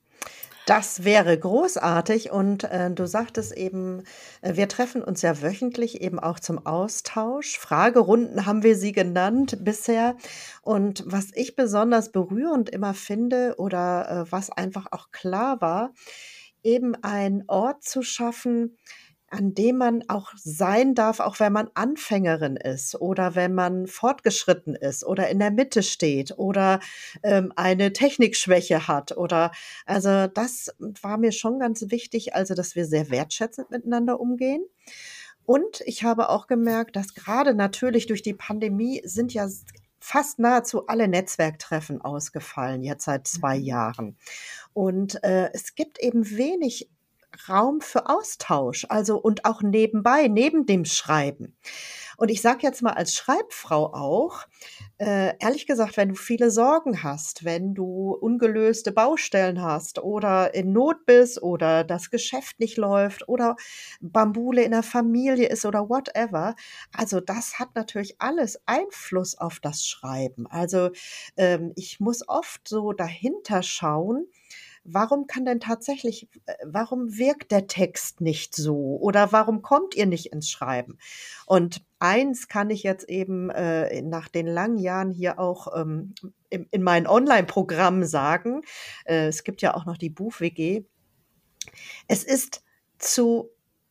Das wäre großartig und, du sagtest eben, wir treffen uns ja wöchentlich eben auch zum Austausch. Fragerunden haben wir sie genannt bisher. Und was ich besonders berührend immer finde oder, was einfach auch klar war, eben einen Ort zu schaffen, an dem man auch sein darf, auch wenn man Anfängerin ist oder wenn man fortgeschritten ist oder in der Mitte steht oder, eine Technikschwäche hat oder also, das war mir schon ganz wichtig, also, dass wir sehr wertschätzend miteinander umgehen. Und ich habe auch gemerkt, dass gerade natürlich durch die Pandemie sind ja fast nahezu alle Netzwerktreffen ausgefallen, jetzt seit 2 Mhm. Jahren. Und, es gibt eben wenig Raum für Austausch, also und auch nebenbei, neben dem Schreiben. Und ich sage jetzt mal als Schreibfrau auch, ehrlich gesagt, wenn du viele Sorgen hast, wenn du ungelöste Baustellen hast oder in Not bist oder das Geschäft nicht läuft oder Bambule in der Familie ist oder whatever, also das hat natürlich alles Einfluss auf das Schreiben. Also, ich muss oft so dahinter schauen, warum kann denn tatsächlich warum wirkt der Text nicht so oder warum kommt ihr nicht ins Schreiben? Und eins kann ich jetzt eben, nach den langen Jahren hier auch, in meinen Onlineprogrammen sagen, es gibt ja auch noch die Buch-WG. Es ist zu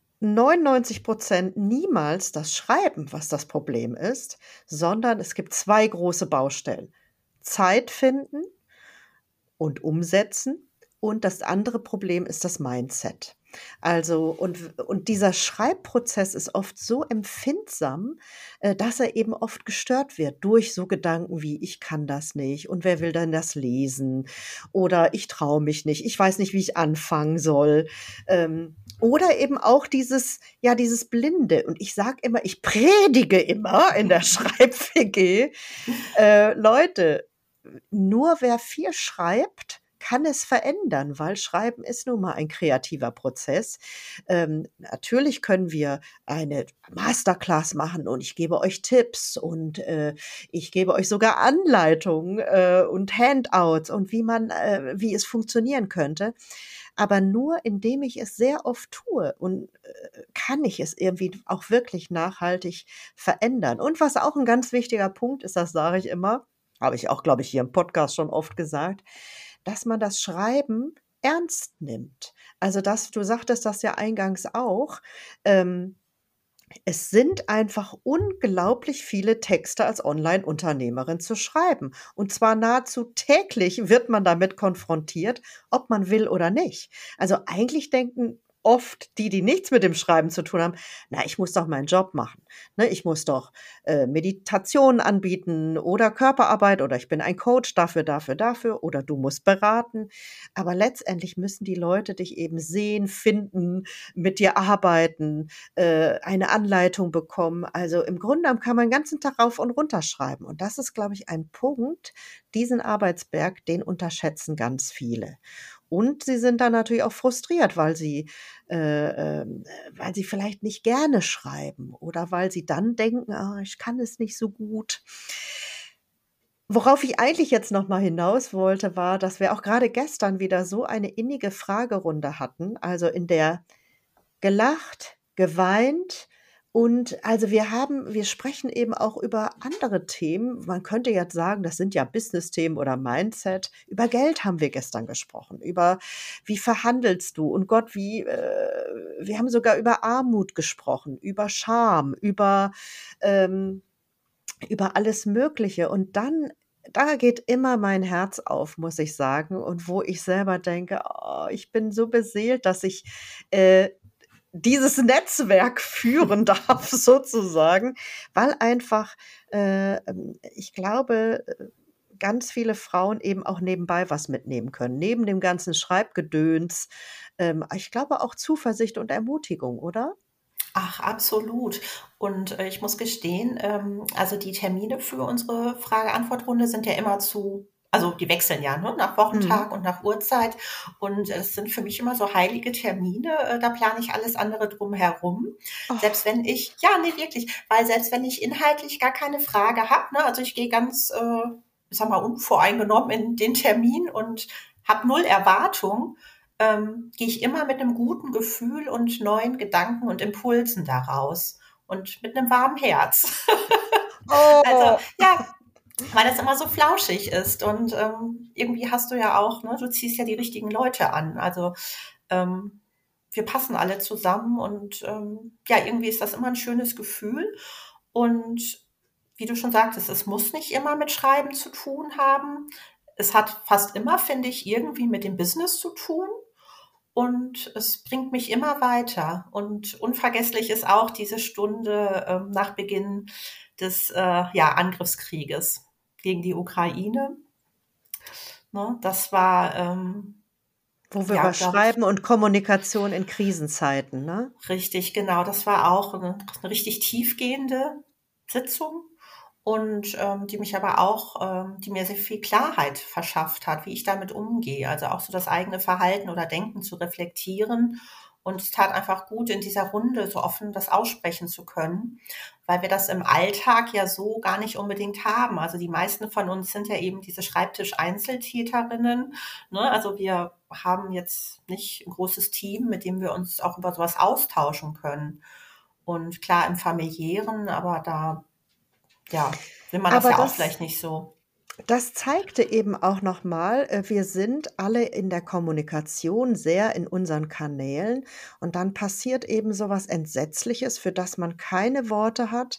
99% niemals das Schreiben, was das Problem ist, sondern es gibt 2 große Baustellen. Zeit finden und umsetzen. Und das andere Problem ist das Mindset. Also, und dieser Schreibprozess ist oft so empfindsam, dass er eben oft gestört wird durch so Gedanken wie: „Ich kann das nicht und wer will denn das lesen?“ oder „Ich traue mich nicht, ich weiß nicht, wie ich anfangen soll.“ Oder eben auch dieses Blinde. Und ich sage immer ich predige immer in der Schreib-WG: „Leute, nur wer viel schreibt, kann es verändern, weil Schreiben ist nun mal ein kreativer Prozess. Natürlich können wir eine Masterclass machen und ich gebe euch Tipps und, ich gebe euch sogar Anleitungen, und Handouts und wie es funktionieren könnte. Aber nur indem ich es sehr oft tue und, kann ich es irgendwie auch wirklich nachhaltig verändern. Und was auch ein ganz wichtiger Punkt ist, das sage ich immer, habe ich auch, glaube ich, hier im Podcast schon oft gesagt, dass man das Schreiben ernst nimmt. Also, du sagtest das ja eingangs auch, ähm, es sind einfach unglaublich viele Texte als Online-Unternehmerin zu schreiben. Und zwar nahezu täglich wird man damit konfrontiert, ob man will oder nicht. Also, eigentlich denken oft die nichts mit dem Schreiben zu tun haben: „Na, ich muss doch meinen Job machen, ne? Ich muss doch, Meditation anbieten oder Körperarbeit oder ich bin ein Coach dafür oder du musst beraten.“ Aber letztendlich müssen die Leute dich eben sehen, finden, mit dir arbeiten, eine Anleitung bekommen. Also, im Grunde genommen kann man den ganzen Tag rauf und runter schreiben. Und das ist, glaube ich, ein Punkt, diesen Arbeitsberg, den unterschätzen ganz viele. Und sie sind dann natürlich auch frustriert, weil sie vielleicht nicht gerne schreiben oder weil sie dann denken: „Ah, ich kann es nicht so gut.“ Worauf ich eigentlich jetzt noch mal hinaus wollte, war, dass wir auch gerade gestern wieder so eine innige Fragerunde hatten, also in der gelacht, geweint und also wir sprechen eben auch über andere Themen. Man könnte jetzt sagen, das sind ja Business-Themen oder Mindset. Über Geld haben wir gestern gesprochen, über wie verhandelst du und Gott, wir haben sogar über Armut gesprochen, über Scham, ähm über alles Mögliche. Und dann da geht immer mein Herz auf, muss ich sagen. Und wo ich selber denke: „Oh, ich bin so beseelt, dass ich, äh, dieses Netzwerk führen darf sozusagen, weil einfach, ich glaube, ganz viele Frauen eben auch nebenbei was mitnehmen können. Neben dem ganzen Schreibgedöns, ich glaube auch Zuversicht und Ermutigung, oder? Ach, absolut. Und, ich muss gestehen, also die Termine für unsere Frage-Antwort-Runde sind ja immer also die wechseln ja, ne, nach Mhm. Wochentag und nach Uhrzeit. Und es sind für mich immer so heilige Termine, da plane ich alles andere drumherum. Selbst Och, wenn ich ja, ne, wirklich, weil selbst wenn ich inhaltlich gar keine Frage habe, ne, also ich gehe ganz, ich sage mal, unvoreingenommen in den Termin und habe null Erwartung, gehe ich immer mit einem guten Gefühl und neuen Gedanken und Impulsen daraus und mit einem warmen Herz. Also, oh. ja, weil das immer so flauschig ist und, irgendwie hast du ja auch, ne, du ziehst ja die richtigen Leute an. Also, ähm, wir passen alle zusammen und, ja, irgendwie ist das immer ein schönes Gefühl. Und wie du schon sagtest, es muss nicht immer mit Schreiben zu tun haben. Es hat fast immer, finde ich, irgendwie mit dem Business zu tun. Und es bringt mich immer weiter. Und unvergesslich ist auch diese Stunde nach Beginn des ja, Angriffskrieges gegen die Ukraine. Ne? Das war, Wo wir ja, über glaube ich, Schreiben und Kommunikation in Krisenzeiten, ne? richtig, genau. Das war auch eine richtig tiefgehende Sitzung und die mich aber auch, die mir sehr viel Klarheit verschafft hat, wie ich damit umgehe. Also auch so das eigene Verhalten oder Denken zu reflektieren. Und es tat einfach gut, in dieser Runde so offen das aussprechen zu können, weil wir das im Alltag ja so gar nicht unbedingt haben. Also die meisten von uns sind ja eben diese Schreibtisch-Einzeltäterinnen. Ne? Also wir haben jetzt nicht ein großes Team, mit dem wir uns auch über sowas austauschen können. Und klar im Familiären, aber da ja, will man das Aber ja auch das vielleicht nicht so. Das zeigte eben auch noch mal, wir sind alle in der Kommunikation sehr in unseren Kanälen und dann passiert eben so was Entsetzliches, für das man keine Worte hat,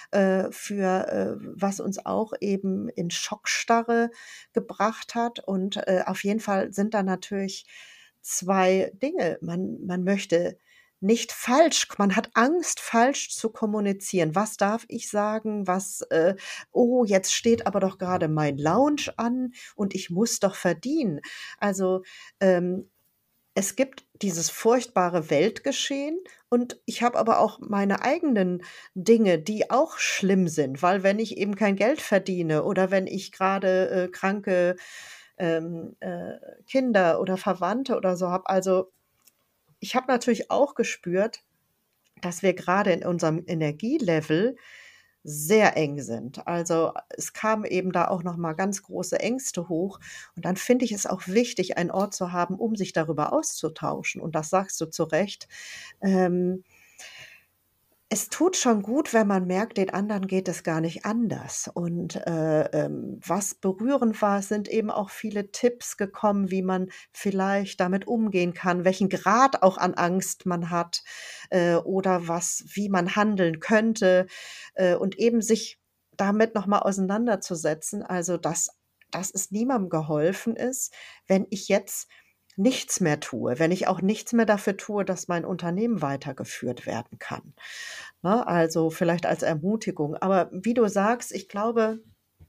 was uns auch eben in Schockstarre gebracht hat. Und, auf jeden Fall sind da natürlich 2 Dinge. Man möchte nicht falsch man hat Angst, falsch zu kommunizieren. Was darf ich sagen? „Oh, jetzt steht aber doch gerade mein Lounge an und ich muss doch verdienen.“ Also, es gibt dieses furchtbare Weltgeschehen und ich habe aber auch meine eigenen Dinge, die auch schlimm sind, weil wenn ich eben kein Geld verdiene oder wenn ich grade, kranke, ähm, äh, Kinder oder Verwandte oder so habe, also, ich habe natürlich auch gespürt, dass wir grade in unserem Energielevel sehr eng sind. Also, es kamen eben da auch noch mal ganz große Ängste hoch. Und dann finde ich es auch wichtig, einen Ort zu haben, um sich darüber auszutauschen. Und das sagst du zu Recht. Ähm, Es tut schon gut, wenn man merkt, den anderen geht es gar nicht anders. Und, was berührend war, es sind eben auch viele Tipps gekommen, wie man vielleicht damit umgehen kann, welchen Grad auch an Angst man hat, oder wie man handeln könnte, und eben sich damit noch mal auseinanderzusetzen. Also, dass es niemandem geholfen ist, wenn ich jetzt nichts mehr tue, wenn ich auch nichts mehr dafür tue, dass mein Unternehmen weitergeführt werden kann. Ne, also vielleicht als Ermutigung. Aber wie du sagst, ich glaube,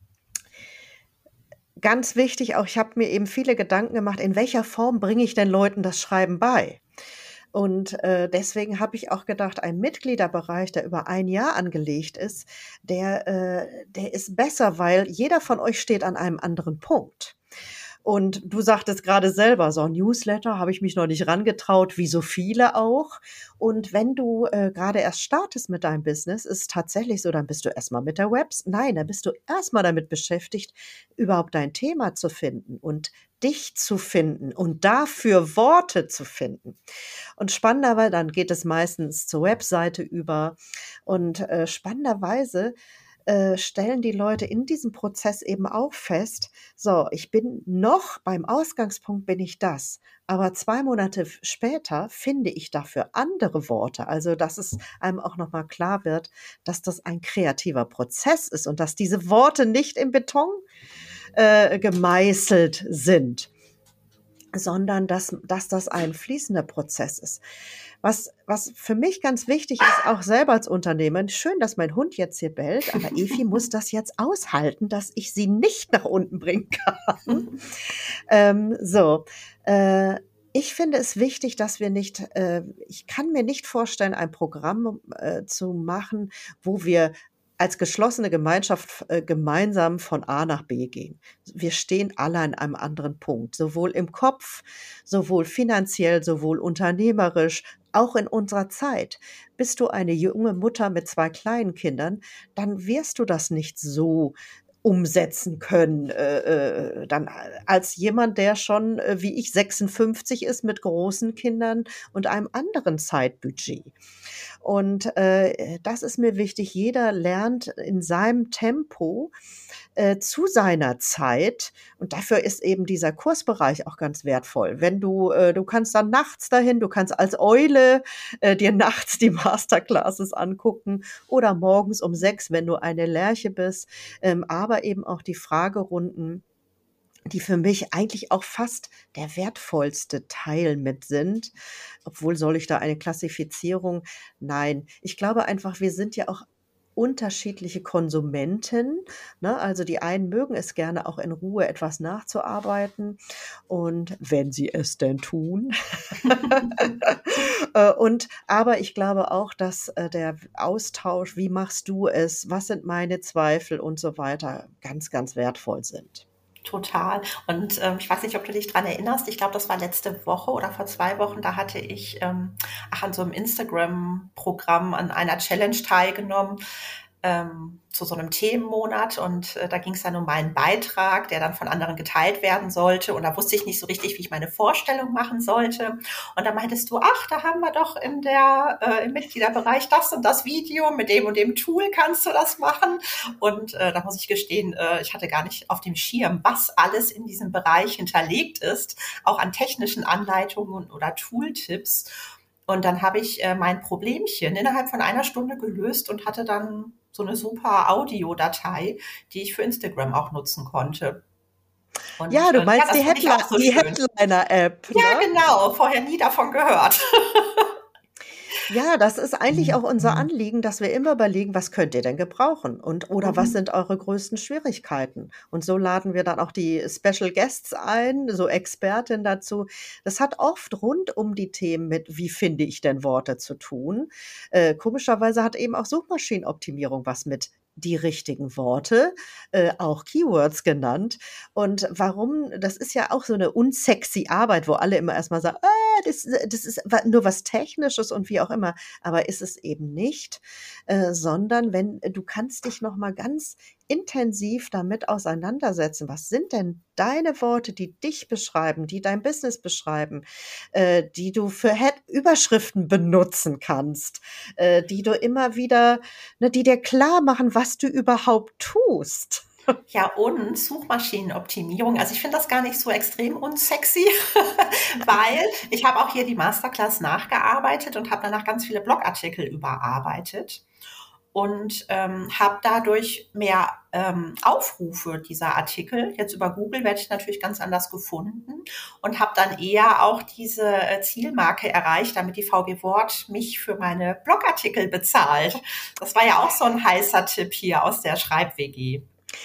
ganz wichtig auch, ich habe mir eben viele Gedanken gemacht, in welcher Form bringe ich den Leuten das Schreiben bei? Und, deswegen habe ich auch gedacht, ein Mitgliederbereich, der über ein Jahr angelegt ist, der ist besser, weil jeder von euch steht an einem anderen Punkt. Und du sagtest gerade selber, so 'n Newsletter habe ich mich noch nicht rangetraut, wie so viele auch. Und wenn du, grade erst startest mit deinem Business, ist es tatsächlich so, dann bist du erst mal mit der dann bist du erst mal damit beschäftigt, überhaupt dein Thema zu finden und dich zu finden und dafür Worte zu finden. Und spannenderweise dann geht es meistens zur Webseite über und, spannenderweise, stellen die Leute in diesem Prozess eben auch fest: „So, ich bin noch beim Ausgangspunkt bin ich das, aber 2 Monate später finde ich dafür andere Worte.“ Also, dass es einem auch noch mal klar wird, dass das ein kreativer Prozess ist und dass diese Worte nicht in Beton, gemeißelt sind, sondern dass das ein fließender Prozess ist. Was für mich ganz wichtig ist, auch selber als Unternehmer, schön, dass mein Hund jetzt hier bellt, aber Evi muss das jetzt aushalten, dass ich sie nicht nach unten bringen kann. So, ich finde es wichtig, dass wir nicht, ich kann mir nicht vorstellen, ein Programm zu machen, wo wir als geschlossene Gemeinschaft gemeinsam von A nach B gehen. Wir stehen alle an einem anderen Punkt, sowohl im Kopf, sowohl finanziell, sowohl unternehmerisch, auch in unserer Zeit. Bist du eine junge Mutter mit 2 kleinen Kindern, dann wirst du das nicht so umsetzen können, dann als jemand, der schon, wie ich, 56 ist mit großen Kindern und einem anderen Zeitbudget. Und das ist mir wichtig. Jeder lernt in seinem Tempo zu seiner Zeit. Und dafür ist eben dieser Kursbereich auch ganz wertvoll. Wenn du kannst dann nachts dahin, du kannst als Eule dir nachts die Masterclasses angucken oder morgens um 6, wenn du eine Lerche bist. Aber eben auch die Fragerunden, die für mich eigentlich auch fast der wertvollste Teil mit sind. Obwohl, soll ich da eine Klassifizierung? Nein, ich glaube einfach, wir sind ja auch unterschiedliche Konsumenten, ne? Also die einen mögen es gerne auch in Ruhe etwas nachzuarbeiten und wenn sie es denn tun. Aber ich glaube auch, dass der Austausch, wie machst du es, was sind meine Zweifel und so weiter, ganz, ganz wertvoll sind. Total. Und ich weiß nicht, ob du dich dran erinnerst. Ich glaube, das war letzte Woche oder vor 2 Wochen. Da hatte ich an so einem Instagram-Programm an einer Challenge teilgenommen zu so einem Themenmonat. Und da ging es dann um meinen Beitrag, der dann von anderen geteilt werden sollte. Und da wusste ich nicht so richtig, wie ich meine Vorstellung machen sollte. Und da meintest du, ach, da haben wir doch im Mitgliederbereich das und das Video, mit dem und dem Tool kannst du das machen. Und da muss ich gestehen, ich hatte gar nicht auf dem Schirm, was alles in diesem Bereich hinterlegt ist, auch an technischen Anleitungen oder Tooltips. Und dann habe ich mein Problemchen innerhalb von 1 Stunde gelöst und hatte dann so eine super Audiodatei, die ich für Instagram auch nutzen konnte. Ja, Und du meinst das fand ich auch so Die schön. Headliner-App, Ja, ne? genau, vorher nie davon gehört. Ja, das ist eigentlich auch unser Anliegen, dass wir immer überlegen, was könnt ihr denn gebrauchen oder was sind eure größten Schwierigkeiten? Und so laden wir dann auch die Special Guests ein, so Expertinnen dazu. Das hat oft rund um die Themen mit, wie finde ich denn Worte zu tun. Komischerweise hat eben auch Suchmaschinenoptimierung was mit die richtigen Worte, auch Keywords genannt. Und warum? Das ist ja auch so eine unsexy Arbeit, wo alle immer erstmal sagen, das ist nur was Technisches und wie auch immer. Aber ist es eben nicht, sondern wenn du kannst dich noch mal ganz intensiv damit auseinandersetzen. Was sind denn deine Worte, die dich beschreiben, die dein Business beschreiben, die du für Überschriften benutzen kannst, die du immer wieder, ne, die dir klar machen, was du überhaupt tust. Ja, und Suchmaschinenoptimierung. Also ich finde das gar nicht so extrem unsexy, weil ich habe auch hier die Masterclass nachgearbeitet und habe danach ganz viele Blogartikel überarbeitet und habe dadurch mehr Aufrufe dieser Artikel. Jetzt über Google werde ich natürlich ganz anders gefunden und habe dann eher auch diese Zielmarke erreicht, damit die VG Wort mich für meine Blogartikel bezahlt. Das war ja auch so ein heißer Tipp hier aus der Schreib-WG.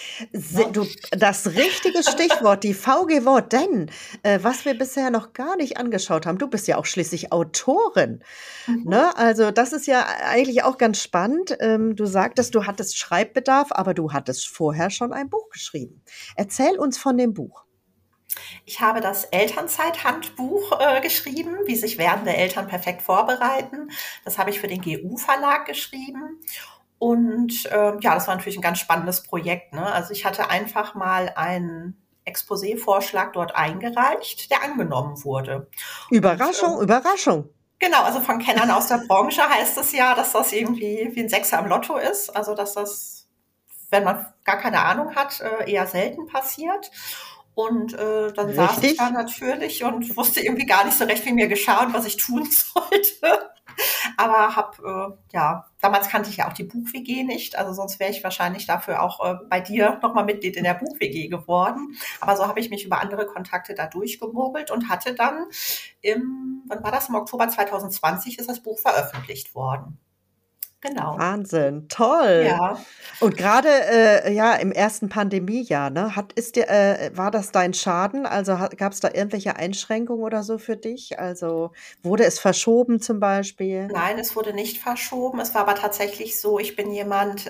Das richtige Stichwort, die VG Wort, denn was wir bisher noch gar nicht angeschaut haben, du bist ja auch schließlich Autorin, ne? Also das ist ja eigentlich auch ganz spannend. Du sagtest, du hattest Schreibbedarf, aber du hattest vorher schon ein Buch geschrieben. Erzähl uns von dem Buch. Ich habe das Elternzeithandbuch geschrieben, wie sich werdende Eltern perfekt vorbereiten. Das habe ich für den GU-Verlag geschrieben. Und ja, das war natürlich ein ganz spannendes Projekt, ne? Also ich hatte einfach mal einen Exposé-Vorschlag dort eingereicht, der angenommen wurde. Und Überraschung, Überraschung. genau, also von Kennern aus der Branche heißt es ja, dass das irgendwie wie ein Sechser im Lotto ist. Also dass das, wenn man gar keine Ahnung hat, eher selten passiert. Und dann saß ich da Richtig? natürlich und wusste irgendwie gar nicht so recht, wie mir geschah und was ich tun sollte. Aber ja, damals kannte ich ja auch die Buch-WG nicht, also sonst wäre ich wahrscheinlich dafür auch bei dir nochmal Mitglied in der Buch-WG geworden. Aber so habe ich mich über andere Kontakte da durchgemogelt und hatte dann wann war das? Im Oktober 2020 ist das Buch veröffentlicht worden. Genau. Wahnsinn, toll. Ja. Und gerade ja, im ersten Pandemiejahr, ne, war das dein Schaden? Also, gab es da irgendwelche Einschränkungen oder so für dich? Also, wurde es verschoben zum Beispiel? Nein, es wurde nicht verschoben. Es war aber tatsächlich so, ich bin jemand,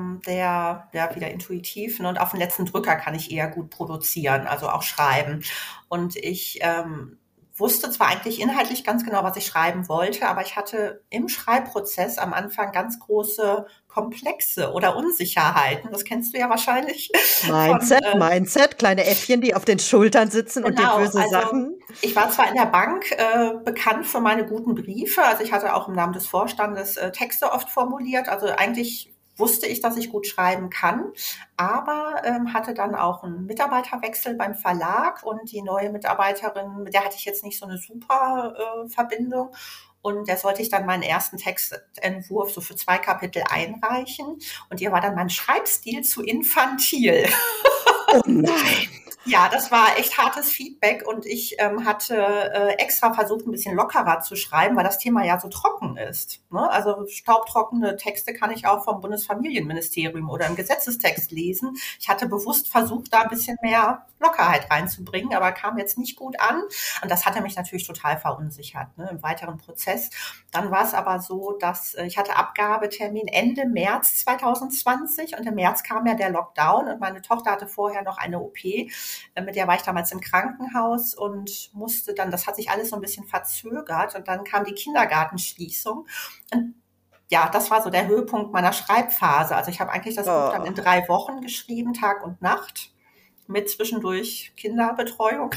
der ja wieder intuitiv, ne, und auf den letzten Drücker kann ich eher gut produzieren, also auch schreiben. Und ich wusste zwar eigentlich inhaltlich ganz genau, was ich schreiben wollte, aber ich hatte im Schreibprozess am Anfang ganz große Komplexe oder Unsicherheiten. Das kennst du ja wahrscheinlich von Mindset, kleine Äffchen, die auf den Schultern sitzen und dir genau, böse also Sachen. ich war zwar in der Bank bekannt für meine guten Briefe, also ich hatte auch im Namen des Vorstandes Texte oft formuliert, also eigentlich wusste ich, dass ich gut schreiben kann, aber hatte dann auch einen Mitarbeiterwechsel beim Verlag und die neue Mitarbeiterin, mit der hatte ich jetzt nicht so eine super Verbindung. Und der sollte ich dann meinen ersten Textentwurf so für 2 Kapitel einreichen. Und ihr war dann mein Schreibstil zu infantil. Oh nein. Ja, das war echt hartes Feedback und ich hatte extra versucht, ein bisschen lockerer zu schreiben, weil das Thema ja so trocken ist. Ne? Also staubtrockene Texte kann ich auch vom Bundesfamilienministerium oder im Gesetzestext lesen. Ich hatte bewusst versucht, da ein bisschen mehr Lockerheit reinzubringen, aber kam jetzt nicht gut an. Und das hatte mich natürlich total verunsichert, ne, im weiteren Prozess. Dann war es aber so, dass ich hatte Abgabetermin Ende März 2020 und im März kam ja der Lockdown und meine Tochter hatte vorher noch eine OP. Mit der war ich damals im Krankenhaus und musste dann, das hat sich alles so ein bisschen verzögert und dann kam die Kindergartenschließung. Und ja, das war so der Höhepunkt meiner Schreibphase. Also ich habe eigentlich das Buch dann in Oh. 3 Wochen geschrieben, Tag und Nacht, mit zwischendurch Kinderbetreuung.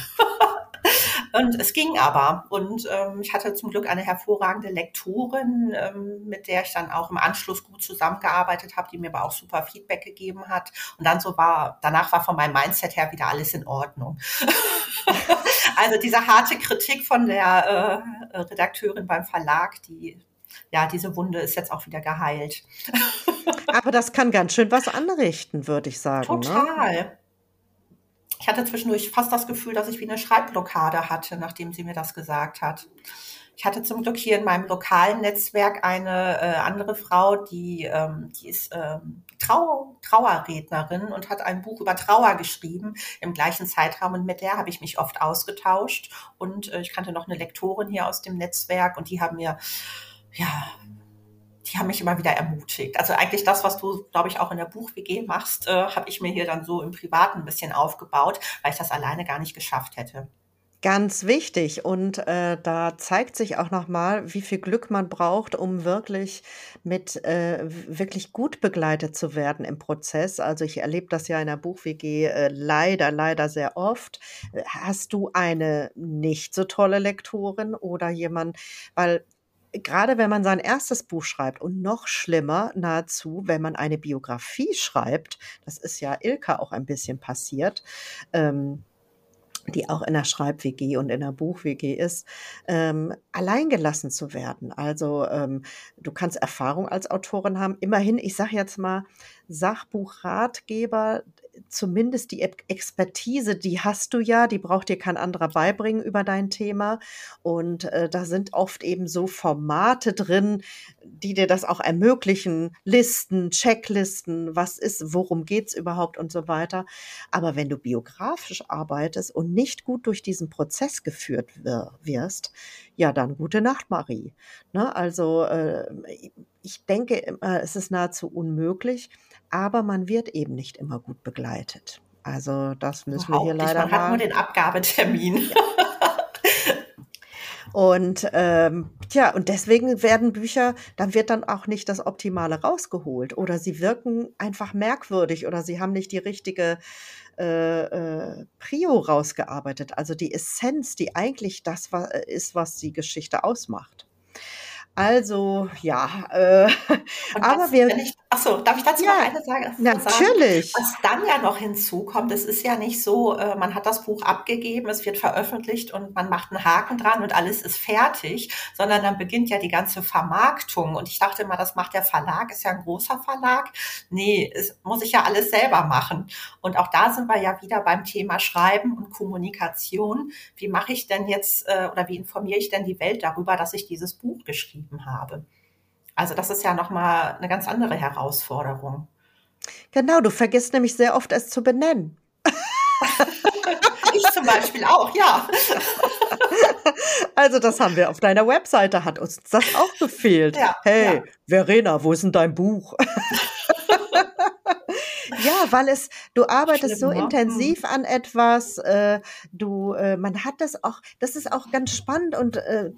Und es ging aber. Und ich hatte zum Glück eine hervorragende Lektorin, mit der ich dann auch im Anschluss gut zusammengearbeitet habe, die mir aber auch super Feedback gegeben hat. Und dann danach war von meinem Mindset her wieder alles in Ordnung. Also diese harte Kritik von der Redakteurin beim Verlag, diese Wunde ist jetzt auch wieder geheilt. Aber das kann ganz schön was anrichten, würde ich sagen, ne? Total. Ich hatte zwischendurch fast das Gefühl, dass ich wie eine Schreibblockade hatte, nachdem sie mir das gesagt hat. Ich hatte zum Glück hier in meinem lokalen Netzwerk eine andere Frau, die ist Trauerrednerin und hat ein Buch über Trauer geschrieben im gleichen Zeitraum und mit der habe ich mich oft ausgetauscht und ich kannte noch eine Lektorin hier aus dem Netzwerk und ja, die haben mich immer wieder ermutigt. Also eigentlich das, was du, glaube ich, auch in der Buch-WG machst, habe ich mir hier dann so im Privaten ein bisschen aufgebaut, weil ich das alleine gar nicht geschafft hätte. Ganz wichtig und, da zeigt sich auch noch mal, wie viel Glück man braucht, um wirklich wirklich gut begleitet zu werden im Prozess. Also, ich erlebe das ja in der Buch-WG, leider, leider sehr oft. Hast du eine nicht so tolle Lektorin oder jemand, weil gerade wenn man sein erstes Buch schreibt und noch schlimmer nahezu, wenn man eine Biografie schreibt, das ist ja Ilka auch ein bisschen passiert, ähm die auch in der Schreib-WG und in der Buch-WG ist, alleingelassen zu werden. Also, du kannst Erfahrung als Autorin haben. Immerhin, ich sage jetzt mal, Sachbuchratgeber, zumindest die Expertise, die hast du ja, die braucht dir kein anderer beibringen über dein Thema. Und, da sind oft eben so Formate drin, die dir das auch ermöglichen, Listen, Checklisten, was ist, worum geht's überhaupt und so weiter. Aber wenn du biografisch arbeitest und nicht gut durch diesen Prozess geführt wirst, ja, dann gute Nacht, Marie. Ne? Also ich denke immer, es ist nahezu unmöglich, aber man wird eben nicht immer gut begleitet. Also das müssen wir hier Überhaupt nicht. leider Man hat nur mal. den Abgabetermin. Ja. Und, tja, und deswegen werden Bücher dann wird dann auch nicht das Optimale rausgeholt oder sie wirken einfach merkwürdig oder sie haben nicht die richtige, Prio rausgearbeitet, also die Essenz, die eigentlich das ist, was die Geschichte ausmacht. Also, ja, Und aber was, wir wenn ich, ach so, darf ich dazu noch ja, eine Sache sagen? natürlich. Was dann ja noch hinzukommt, es ist ja nicht so, man hat das Buch abgegeben, es wird veröffentlicht und man macht einen Haken dran und alles ist fertig, sondern dann beginnt ja die ganze Vermarktung. Und ich dachte immer, das macht der Verlag, ist ja ein großer Verlag. Nee, es muss ich ja alles selber machen. Und auch da sind wir ja wieder beim Thema Schreiben und Kommunikation. Wie mache ich denn jetzt oder wie informiere ich denn die Welt darüber, dass ich dieses Buch geschrieben habe? Also das ist ja noch mal eine ganz andere Herausforderung. Genau, du vergisst nämlich sehr oft, es zu benennen. Ich zum Beispiel auch, ja. Also, das haben wir auf deiner Webseite hat uns das auch gefehlt. Ja, „Hey, ja. Verena, wo ist 'n dein Buch?“ Ja, weil du arbeitest so Schlimm, ne? Mhm. intensiv an etwas, man hat das ist auch ganz spannend und,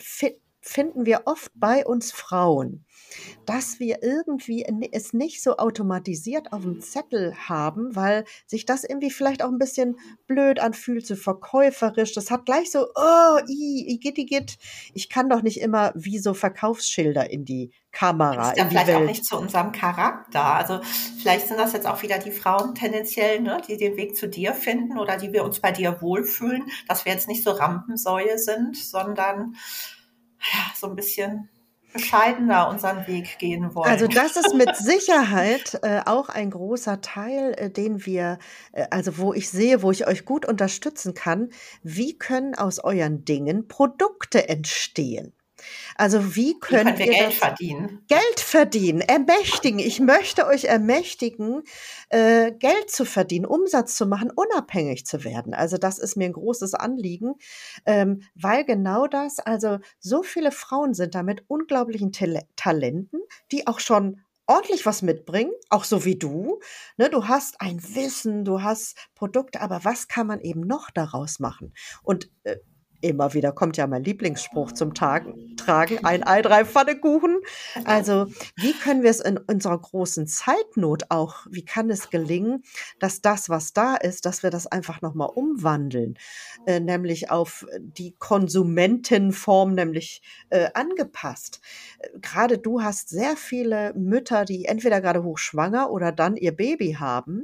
finden wir oft bei uns Frauen, dass wir irgendwie es nicht so automatisiert auf dem Zettel haben, weil sich das irgendwie vielleicht auch ein bisschen blöd anfühlt, so verkäuferisch. Das hat gleich so: „Oh, igitt, igitt. Ich kann doch nicht immer wie so Verkaufsschilder in die Kamera, Passt ja in die vielleicht auch Welt.“ nicht zu unserem Charakter. Also, vielleicht sind das jetzt auch wieder die Frauen tendenziell, ne, die den Weg zu dir finden oder die wir uns bei dir wohlfühlen, dass wir jetzt nicht so Rampensäue sind, sondern, ja, so ein bisschen bescheidener unseren Weg gehen Also, wollen. das ist mit Sicherheit, auch ein großer Teil, den wir also, wo ich sehe, wo ich euch gut unterstützen kann. Wie können aus euren Dingen Produkte entstehen? Also, wie Wie können könnt wir ihr Geld das verdienen? Geld verdienen, ermächtigen. Ich möchte euch ermächtigen, Geld zu verdienen, Umsatz zu machen, unabhängig zu werden. Also, das ist mir ein großes Anliegen, weil genau das also, so viele Frauen sind da mit unglaublichen Talenten, die auch schon ordentlich was mitbringen, auch so wie du, ne? Du hast ein Wissen, du hast Produkte, aber was kann man eben noch daraus machen? Und, immer wieder kommt ja mein Lieblingsspruch zum Tragen: „Ein Ei, 3 Pfannekuchen.“ Also, wie können wir es in unserer großen Zeitnot auch wie kann es gelingen, dass das, was da ist, dass wir das einfach noch mal umwandeln, nämlich auf die Konsumentenform, nämlich, angepasst. Grade du hast sehr viele Mütter, die entweder grade hochschwanger oder dann ihr Baby haben.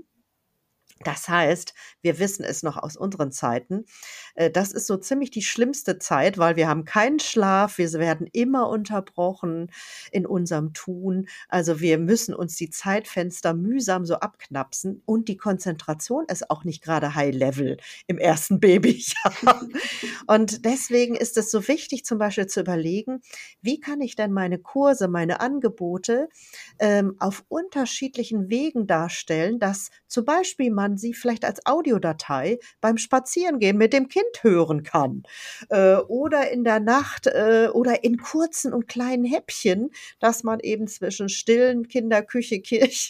Das heißt, wir wissen es noch aus unseren Zeiten, das ist so ziemlich die schlimmste Zeit, weil wir haben keinen Schlaf, wir werden immer unterbrochen in unserem Tun. Also, wir müssen uns die Zeitfenster mühsam so abknapsen und die Konzentration ist auch nicht grade High Level im ersten Babyjahr. Und deswegen ist es so wichtig, zum Beispiel zu überlegen: „Wie kann ich denn meine Kurse, meine Angebote, auf unterschiedlichen Wegen darstellen, dass zum Beispiel man sie vielleicht als Audiodatei beim Spazierengehen mit dem Kind hören kann, oder in der Nacht, oder in kurzen und kleinen Häppchen, dass man eben zwischen Stillen, Kinder, Küche, Kirche,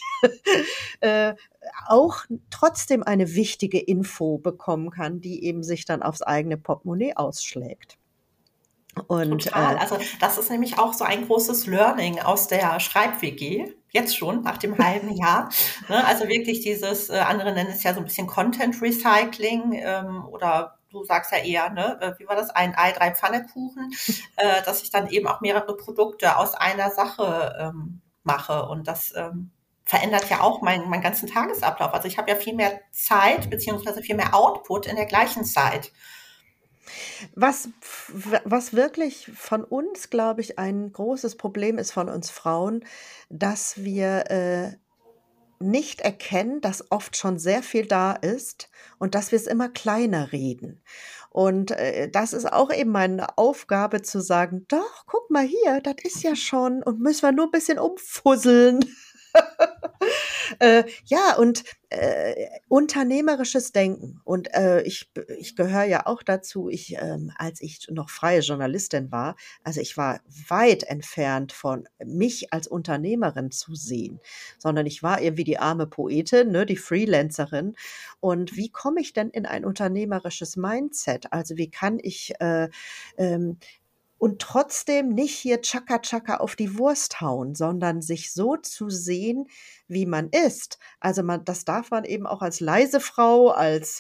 äh, auch trotzdem eine wichtige Info bekommen kann, die eben sich dann aufs eigene Portemonnaie ausschlägt. Und, Total. Also, das ist nämlich auch so ein großes Learning aus der Schreib-WG, jetzt schon nach dem halben Jahr, ne? Also, wirklich dieses, andere nennen es ja so ein bisschen Content Recycling, oder du sagst ja eher, ne, wie war das? Ein Ei, 3 Pfannekuchen, dass ich dann eben auch mehrere Produkte aus einer Sache, mache und das, verändert ja auch meinen ganzen Tagesablauf. Also, ich habe ja viel mehr Zeit beziehungsweise viel mehr Output in der gleichen Zeit. was wirklich von uns, glaube ich, ein großes Problem ist von uns Frauen, dass wir, nicht erkennen, dass oft schon sehr viel da ist und dass wir es immer kleiner reden. Und, das ist auch eben meine Aufgabe zu sagen: „Doch, guck mal hier, das ist ja schon und müssen wir nur ein bisschen umfusseln.“ Ja, und, unternehmerisches Denken. Und, ich gehöre ja auch dazu. Als ich noch freie Journalistin war also, ich war weit entfernt von mich als Unternehmerin zu sehen, sondern ich war irgendwie die arme Poetin, ne, die Freelancerin. Und wie komme ich denn in ein unternehmerisches Mindset? Also, wie kann ich, ähm und trotzdem nicht hier Tschaka Tschaka auf die Wurst hauen, sondern sich so zu sehen, wie man ist. Also, das darf man eben auch als leise Frau,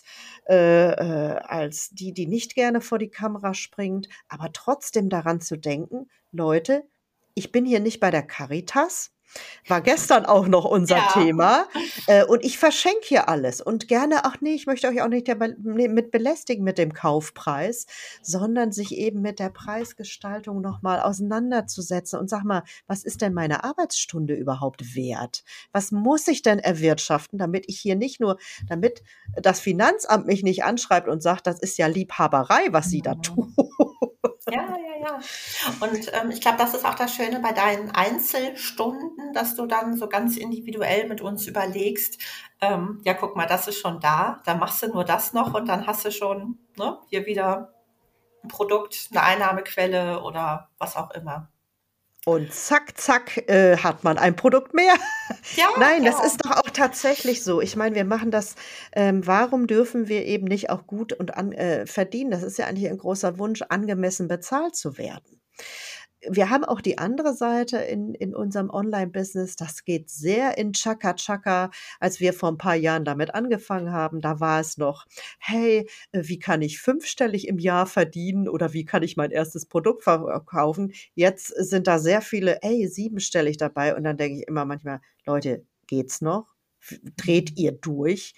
als die, die nicht gerne vor die Kamera springt, aber trotzdem daran zu denken: „Leute, ich bin hier nicht bei der Caritas, war gestern auch noch unser Ja. Thema. Und ich verschenke hier alles und gerne, ach nee, ich möchte euch auch nicht mit belästigen mit dem Kaufpreis, sondern sich eben mit der Preisgestaltung nochmal auseinanderzusetzen und sag mal, was ist denn meine Arbeitsstunde überhaupt wert? Was muss ich denn erwirtschaften, damit ich hier nicht nur, damit das Finanzamt mich nicht anschreibt und sagt, das ist ja Liebhaberei, was Sie da Mhm. tun. Ja, ja, ja. Und ich glaube, das ist auch das Schöne bei deinen Einzelstunden, dass du dann so ganz individuell mit uns überlegst, ja, guck mal, das ist schon da, dann machst du nur das noch und dann hast du schon, ne, hier wieder ein Produkt, eine Einnahmequelle oder was auch immer. Und zack, zack, hat man ein Produkt mehr. Ja, Nein, das ja. ist doch auch tatsächlich so. Ich meine, wir machen das, warum dürfen wir eben nicht auch gut und verdienen? Das ist ja eigentlich ein großer Wunsch, angemessen bezahlt zu werden. Wir haben auch die andere Seite in unserem Online-Business. Das geht sehr in Chaka Chaka. Als wir vor ein paar Jahren damit angefangen haben, da war es noch: „Hey, wie kann ich fünfstellig im Jahr verdienen oder wie kann ich mein erstes Produkt verkaufen?“ Jetzt sind da sehr viele: „Ey, siebenstellig“ dabei und dann denke ich immer manchmal: „Leute, geht's noch? Dreht Mhm. ihr durch?“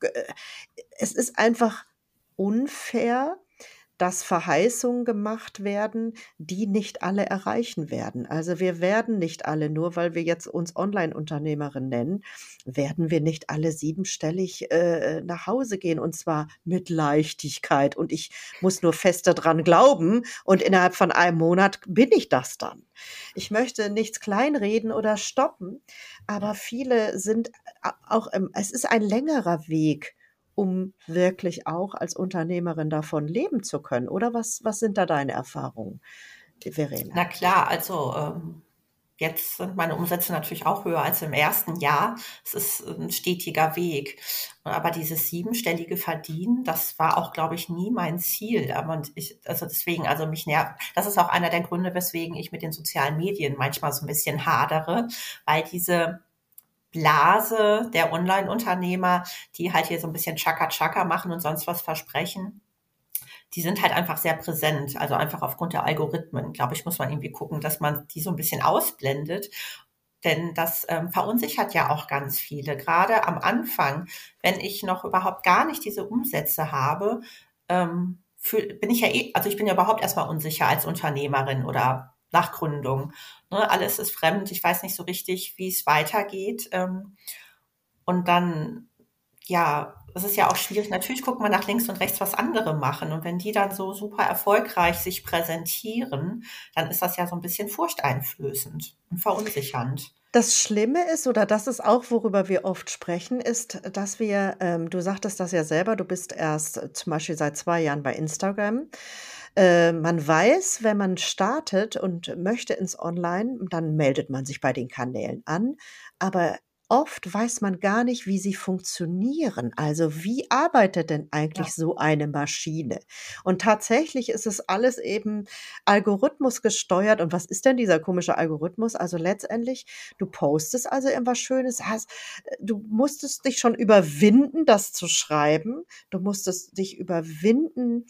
Es ist einfach unfair, dass Verheißungen gemacht werden, die nicht alle erreichen werden. Also, wir werden nicht alle, nur weil wir jetzt uns Online-Unternehmerin nennen, werden wir nicht alle siebenstellig, nach Hause gehen und zwar mit Leichtigkeit. Und ich muss nur fest daran glauben und innerhalb von einem Monat bin ich das dann. Ich möchte nichts kleinreden oder stoppen, aber viele sind auch es ist ein längerer Weg, um wirklich auch als Unternehmerin davon leben zu können, oder was sind da deine Erfahrungen, Na Verena? klar, also jetzt sind meine Umsätze natürlich auch höher als im ersten Jahr. Es ist ein stetiger Weg. Aber dieses siebenstellige Verdienen, das war auch, glaube ich, nie mein Ziel. Aber und also deswegen, also mich nervt, das ist auch einer der Gründe, weswegen ich mit den sozialen Medien manchmal so ein bisschen hadere, weil diese Blase der Online-Unternehmer, die halt hier so ein bisschen Chaka-Chaka machen und sonst was versprechen, die sind halt einfach sehr präsent. Also einfach aufgrund der Algorithmen, glaube ich, muss man irgendwie gucken, dass man die so ein bisschen ausblendet. Denn das verunsichert ja auch ganz viele. Gerade am Anfang, wenn ich noch überhaupt gar nicht diese Umsätze habe, bin ich ja also ich bin ja überhaupt erstmal unsicher als Unternehmerin oder nach Gründung. Ne, alles ist fremd. Ich weiß nicht so richtig, wie es weitergeht. Und dann ja, es ist ja auch schwierig. Natürlich guckt man nach links und rechts, was andere machen. Und wenn die dann so super erfolgreich sich präsentieren, dann ist das ja so ein bisschen furchteinflößend und verunsichernd. Das Schlimme ist oder das ist auch, worüber wir oft sprechen, ist, dass wir du sagtest das ja selber, du bist erst zum Beispiel seit 2 Jahren bei Instagram. Man weiß, wenn man startet und möchte ins Online, dann meldet man sich bei den Kanälen an, aber oft weiß man gar nicht, wie sie funktionieren. Also, wie arbeitet denn Ja. eigentlich so eine Maschine? Und tatsächlich ist es alles eben Algorithmus gesteuert. Und was ist denn dieser komische Algorithmus? Also, letztendlich, du postest also irgendwas Schönes, du musstest dich schon überwinden, das zu schreiben. Du musstest dich überwinden,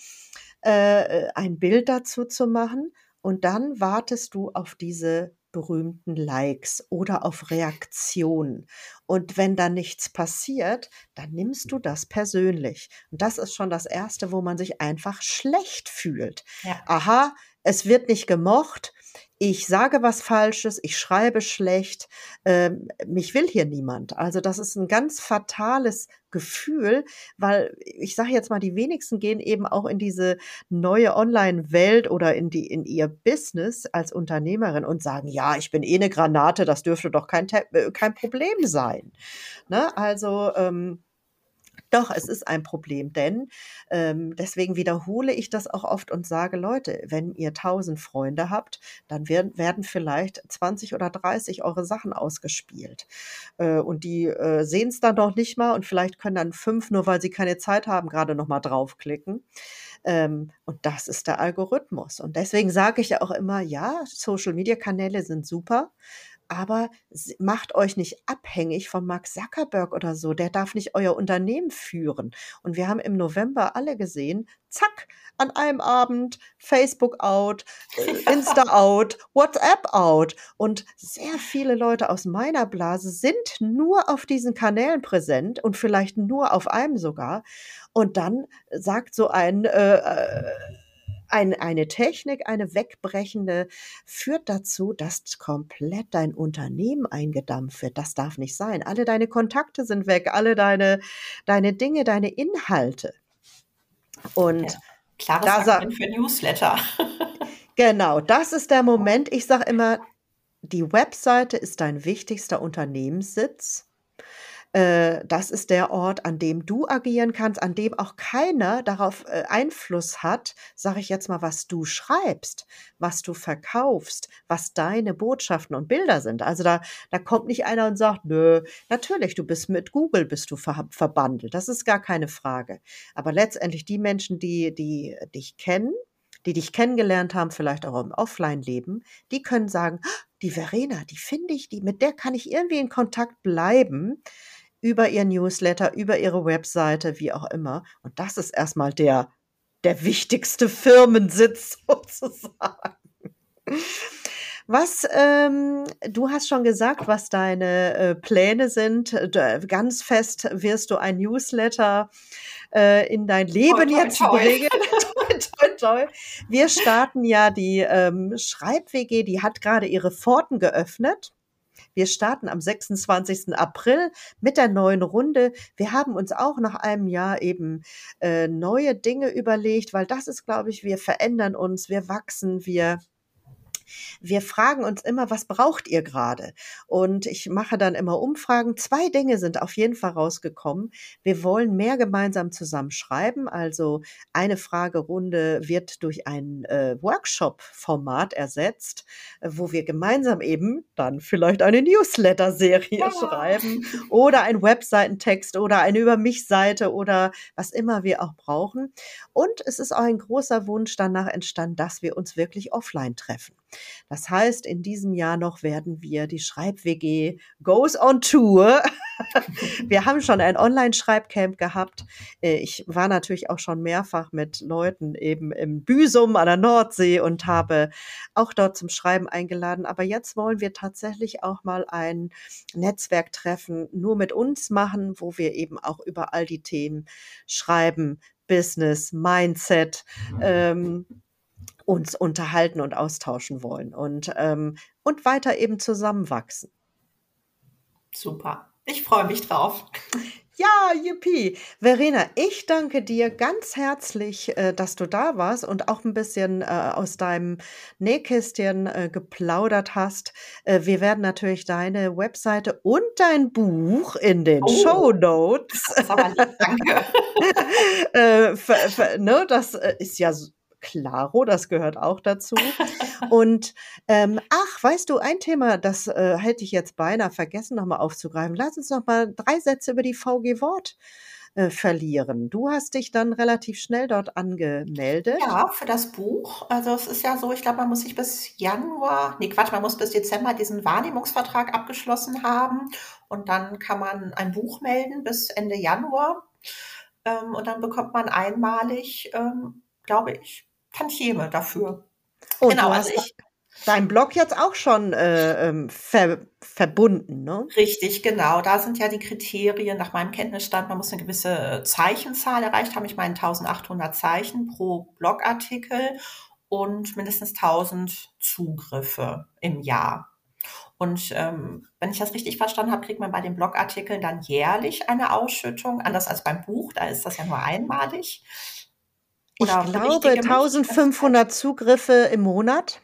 ein Bild dazu zu machen und dann wartest du auf diese berühmten Likes oder auf Reaktionen. Und wenn dann nichts passiert, dann nimmst du das persönlich. Und das ist schon das Erste, wo man sich einfach schlecht fühlt. Ja. Aha, es wird nicht gemocht, ich sage was Falsches, ich schreibe schlecht, mich will hier niemand. Also, das ist ein ganz fatales Gefühl, weil ich sage jetzt mal, die wenigsten gehen eben auch in diese neue Online-Welt oder in ihr Business als Unternehmerin und sagen: „Ja, ich bin eh 'ne Granate, das dürfte doch kein Problem sein“, ne? Also, doch, es ist ein Problem, denn deswegen wiederhole ich das auch oft und sage: „Leute, wenn ihr 1.000 Freunde habt, dann werden vielleicht 20 oder 30 eure Sachen ausgespielt. Und die, sehen es dann noch nicht mal und vielleicht können dann 5, nur weil sie keine Zeit haben, grade noch mal draufklicken. Und das ist der Algorithmus. Und deswegen sage ich ja auch immer: „Ja, Social-Media-Kanäle sind super, aber macht euch nicht abhängig von Mark Zuckerberg oder so. Der darf nicht euer Unternehmen führen. Und wir haben im November alle gesehen, zack, an einem Abend Facebook out, Insta out, WhatsApp out. Und sehr viele Leute aus meiner Blase sind nur auf diesen Kanälen präsent und vielleicht nur auf einem sogar. Und dann sagt so eine Technik, eine wegbrechende, führt dazu, dass komplett dein Unternehmen eingedampft wird. Das darf nicht sein. Alle deine Kontakte sind weg, alle deine Dinge, deine Inhalte. Und Ja, klares da Argument für Newsletter. genau, das ist der Moment. Ich sage immer, die Webseite ist dein wichtigster Unternehmenssitz. Das ist der Ort, an dem du agieren kannst, an dem auch keiner darauf Einfluss hat, sage ich jetzt mal, was du schreibst, was du verkaufst, was deine Botschaften und Bilder sind. Also da kommt nicht einer und sagt, nö, natürlich, du bist mit Google bist du verbandelt. Das ist gar keine Frage. Aber letztendlich die Menschen, die dich kennen, die dich kennengelernt haben, vielleicht auch im Offline-Leben, die können sagen, die Verena, die finde ich, mit der kann ich irgendwie in Kontakt bleiben über ihr Newsletter, über ihre Webseite, wie auch immer. Und das ist erstmal der wichtigste Firmensitz sozusagen. Du hast schon gesagt, was deine Pläne sind. Ganz fest wirst du ein Newsletter in dein Leben jetzt bringen. Toi, toi, toi. Wir starten ja die Schreib-WG, die hat gerade ihre Pforten geöffnet. Wir starten am 26. April mit der neuen Runde. Wir haben uns auch nach einem Jahr eben neue Dinge überlegt, weil das ist, glaube ich, wir verändern uns, wir wachsen, wir fragen uns immer, was braucht ihr gerade? Und ich mache dann immer Umfragen. 2 Dinge sind auf jeden Fall rausgekommen. Wir wollen mehr gemeinsam zusammen schreiben. Also eine Fragerunde wird durch ein Workshop-Format ersetzt, wo wir gemeinsam eben dann vielleicht eine Newsletter-Serie schreiben oder einen Webseitentext oder eine Über-mich-Seite oder was immer wir auch brauchen. Und es ist auch ein großer Wunsch danach entstanden, dass wir uns wirklich offline treffen. Das heißt, in diesem Jahr noch werden wir die Schreib-WG goes on Tour. Wir haben schon ein Online-Schreibcamp gehabt. Ich war natürlich auch schon mehrfach mit Leuten eben im Büsum an der Nordsee und habe auch dort zum Schreiben eingeladen. Aber jetzt wollen wir tatsächlich auch mal ein Netzwerktreffen nur mit uns machen, wo wir eben auch über all die Themen Schreiben, Business, Mindset, uns unterhalten und austauschen wollen und weiter eben zusammenwachsen. Super. Ich freue mich drauf. Ja, yippie. Verena, ich danke dir ganz herzlich, dass du da warst und auch ein bisschen aus deinem Nähkästchen geplaudert hast. Wir werden natürlich deine Webseite und dein Buch in den Shownotes. Das ist aber lieb, danke. Das ist ja klaro, das gehört auch dazu. Und weißt du, ein Thema, das hätte ich jetzt beinahe vergessen, nochmal aufzugreifen. Lass uns noch mal 3 Sätze über die VG Wort verlieren. Du hast dich dann relativ schnell dort angemeldet. Ja, für das Buch. Also es ist ja so, ich glaube, man muss sich bis man muss bis Dezember diesen Wahrnehmungsvertrag abgeschlossen haben und dann kann man ein Buch melden bis Ende Januar und dann bekommt man einmalig, glaube ich, Tantieme dafür. Und Genau, du also hast deinen Blog jetzt auch schon verbunden, ne? Richtig, genau. Da sind ja die Kriterien nach meinem Kenntnisstand. Man muss eine gewisse Zeichenzahl erreicht haben. Ich meine 1800 Zeichen pro Blogartikel und mindestens 1000 Zugriffe im Jahr. Und wenn ich das richtig verstanden habe, kriegt man bei den Blogartikeln dann jährlich eine Ausschüttung. Anders als beim Buch, da ist das ja nur einmalig. Ich glaube 1500 Zugriffe im Monat.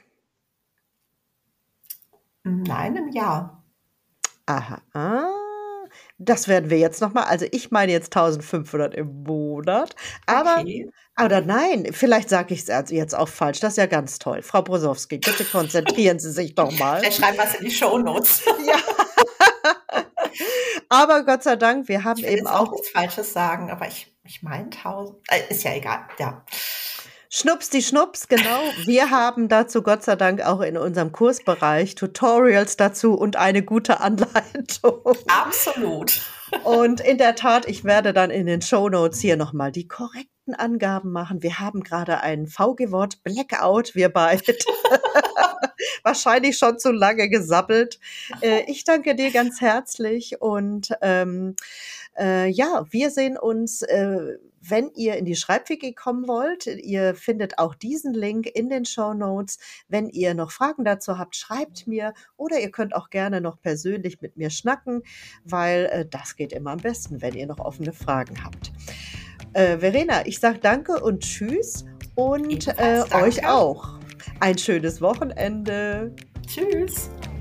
Nein, im Jahr. Aha. Das werden wir jetzt noch mal. Also ich meine jetzt 1500 im Monat. Aber Okay. oder nein, vielleicht sage ich es jetzt auch falsch. Das ist ja ganz toll. Frau Brosowski, bitte konzentrieren Sie sich doch mal. Vielleicht schreiben wir es in die Shownotes. Ja. Aber Gott sei Dank, wir haben ich will eben jetzt auch nichts Falsches sagen, aber ich meine 1000. Ist ja egal, ja. Schnups die Schnups, genau. Wir haben dazu Gott sei Dank auch in unserem Kursbereich Tutorials dazu und eine gute Anleitung. Absolut. Und in der Tat, ich werde dann in den Shownotes hier nochmal die korrekten Angaben machen. Wir haben gerade ein VG-Wort Blackout, wir beide. Wahrscheinlich schon zu lange gesabbelt. Ich danke dir ganz herzlich und ja, wir sehen uns, wenn ihr in die Schreibwiki kommen wollt. Ihr findet auch diesen Link in den Shownotes. Wenn ihr noch Fragen dazu habt, schreibt mir oder ihr könnt auch gerne noch persönlich mit mir schnacken, weil das geht immer am besten, wenn ihr noch offene Fragen habt. Verena, ich sage danke und tschüss und Ebenfalls euch danke. auch. Ein schönes Wochenende. Tschüss.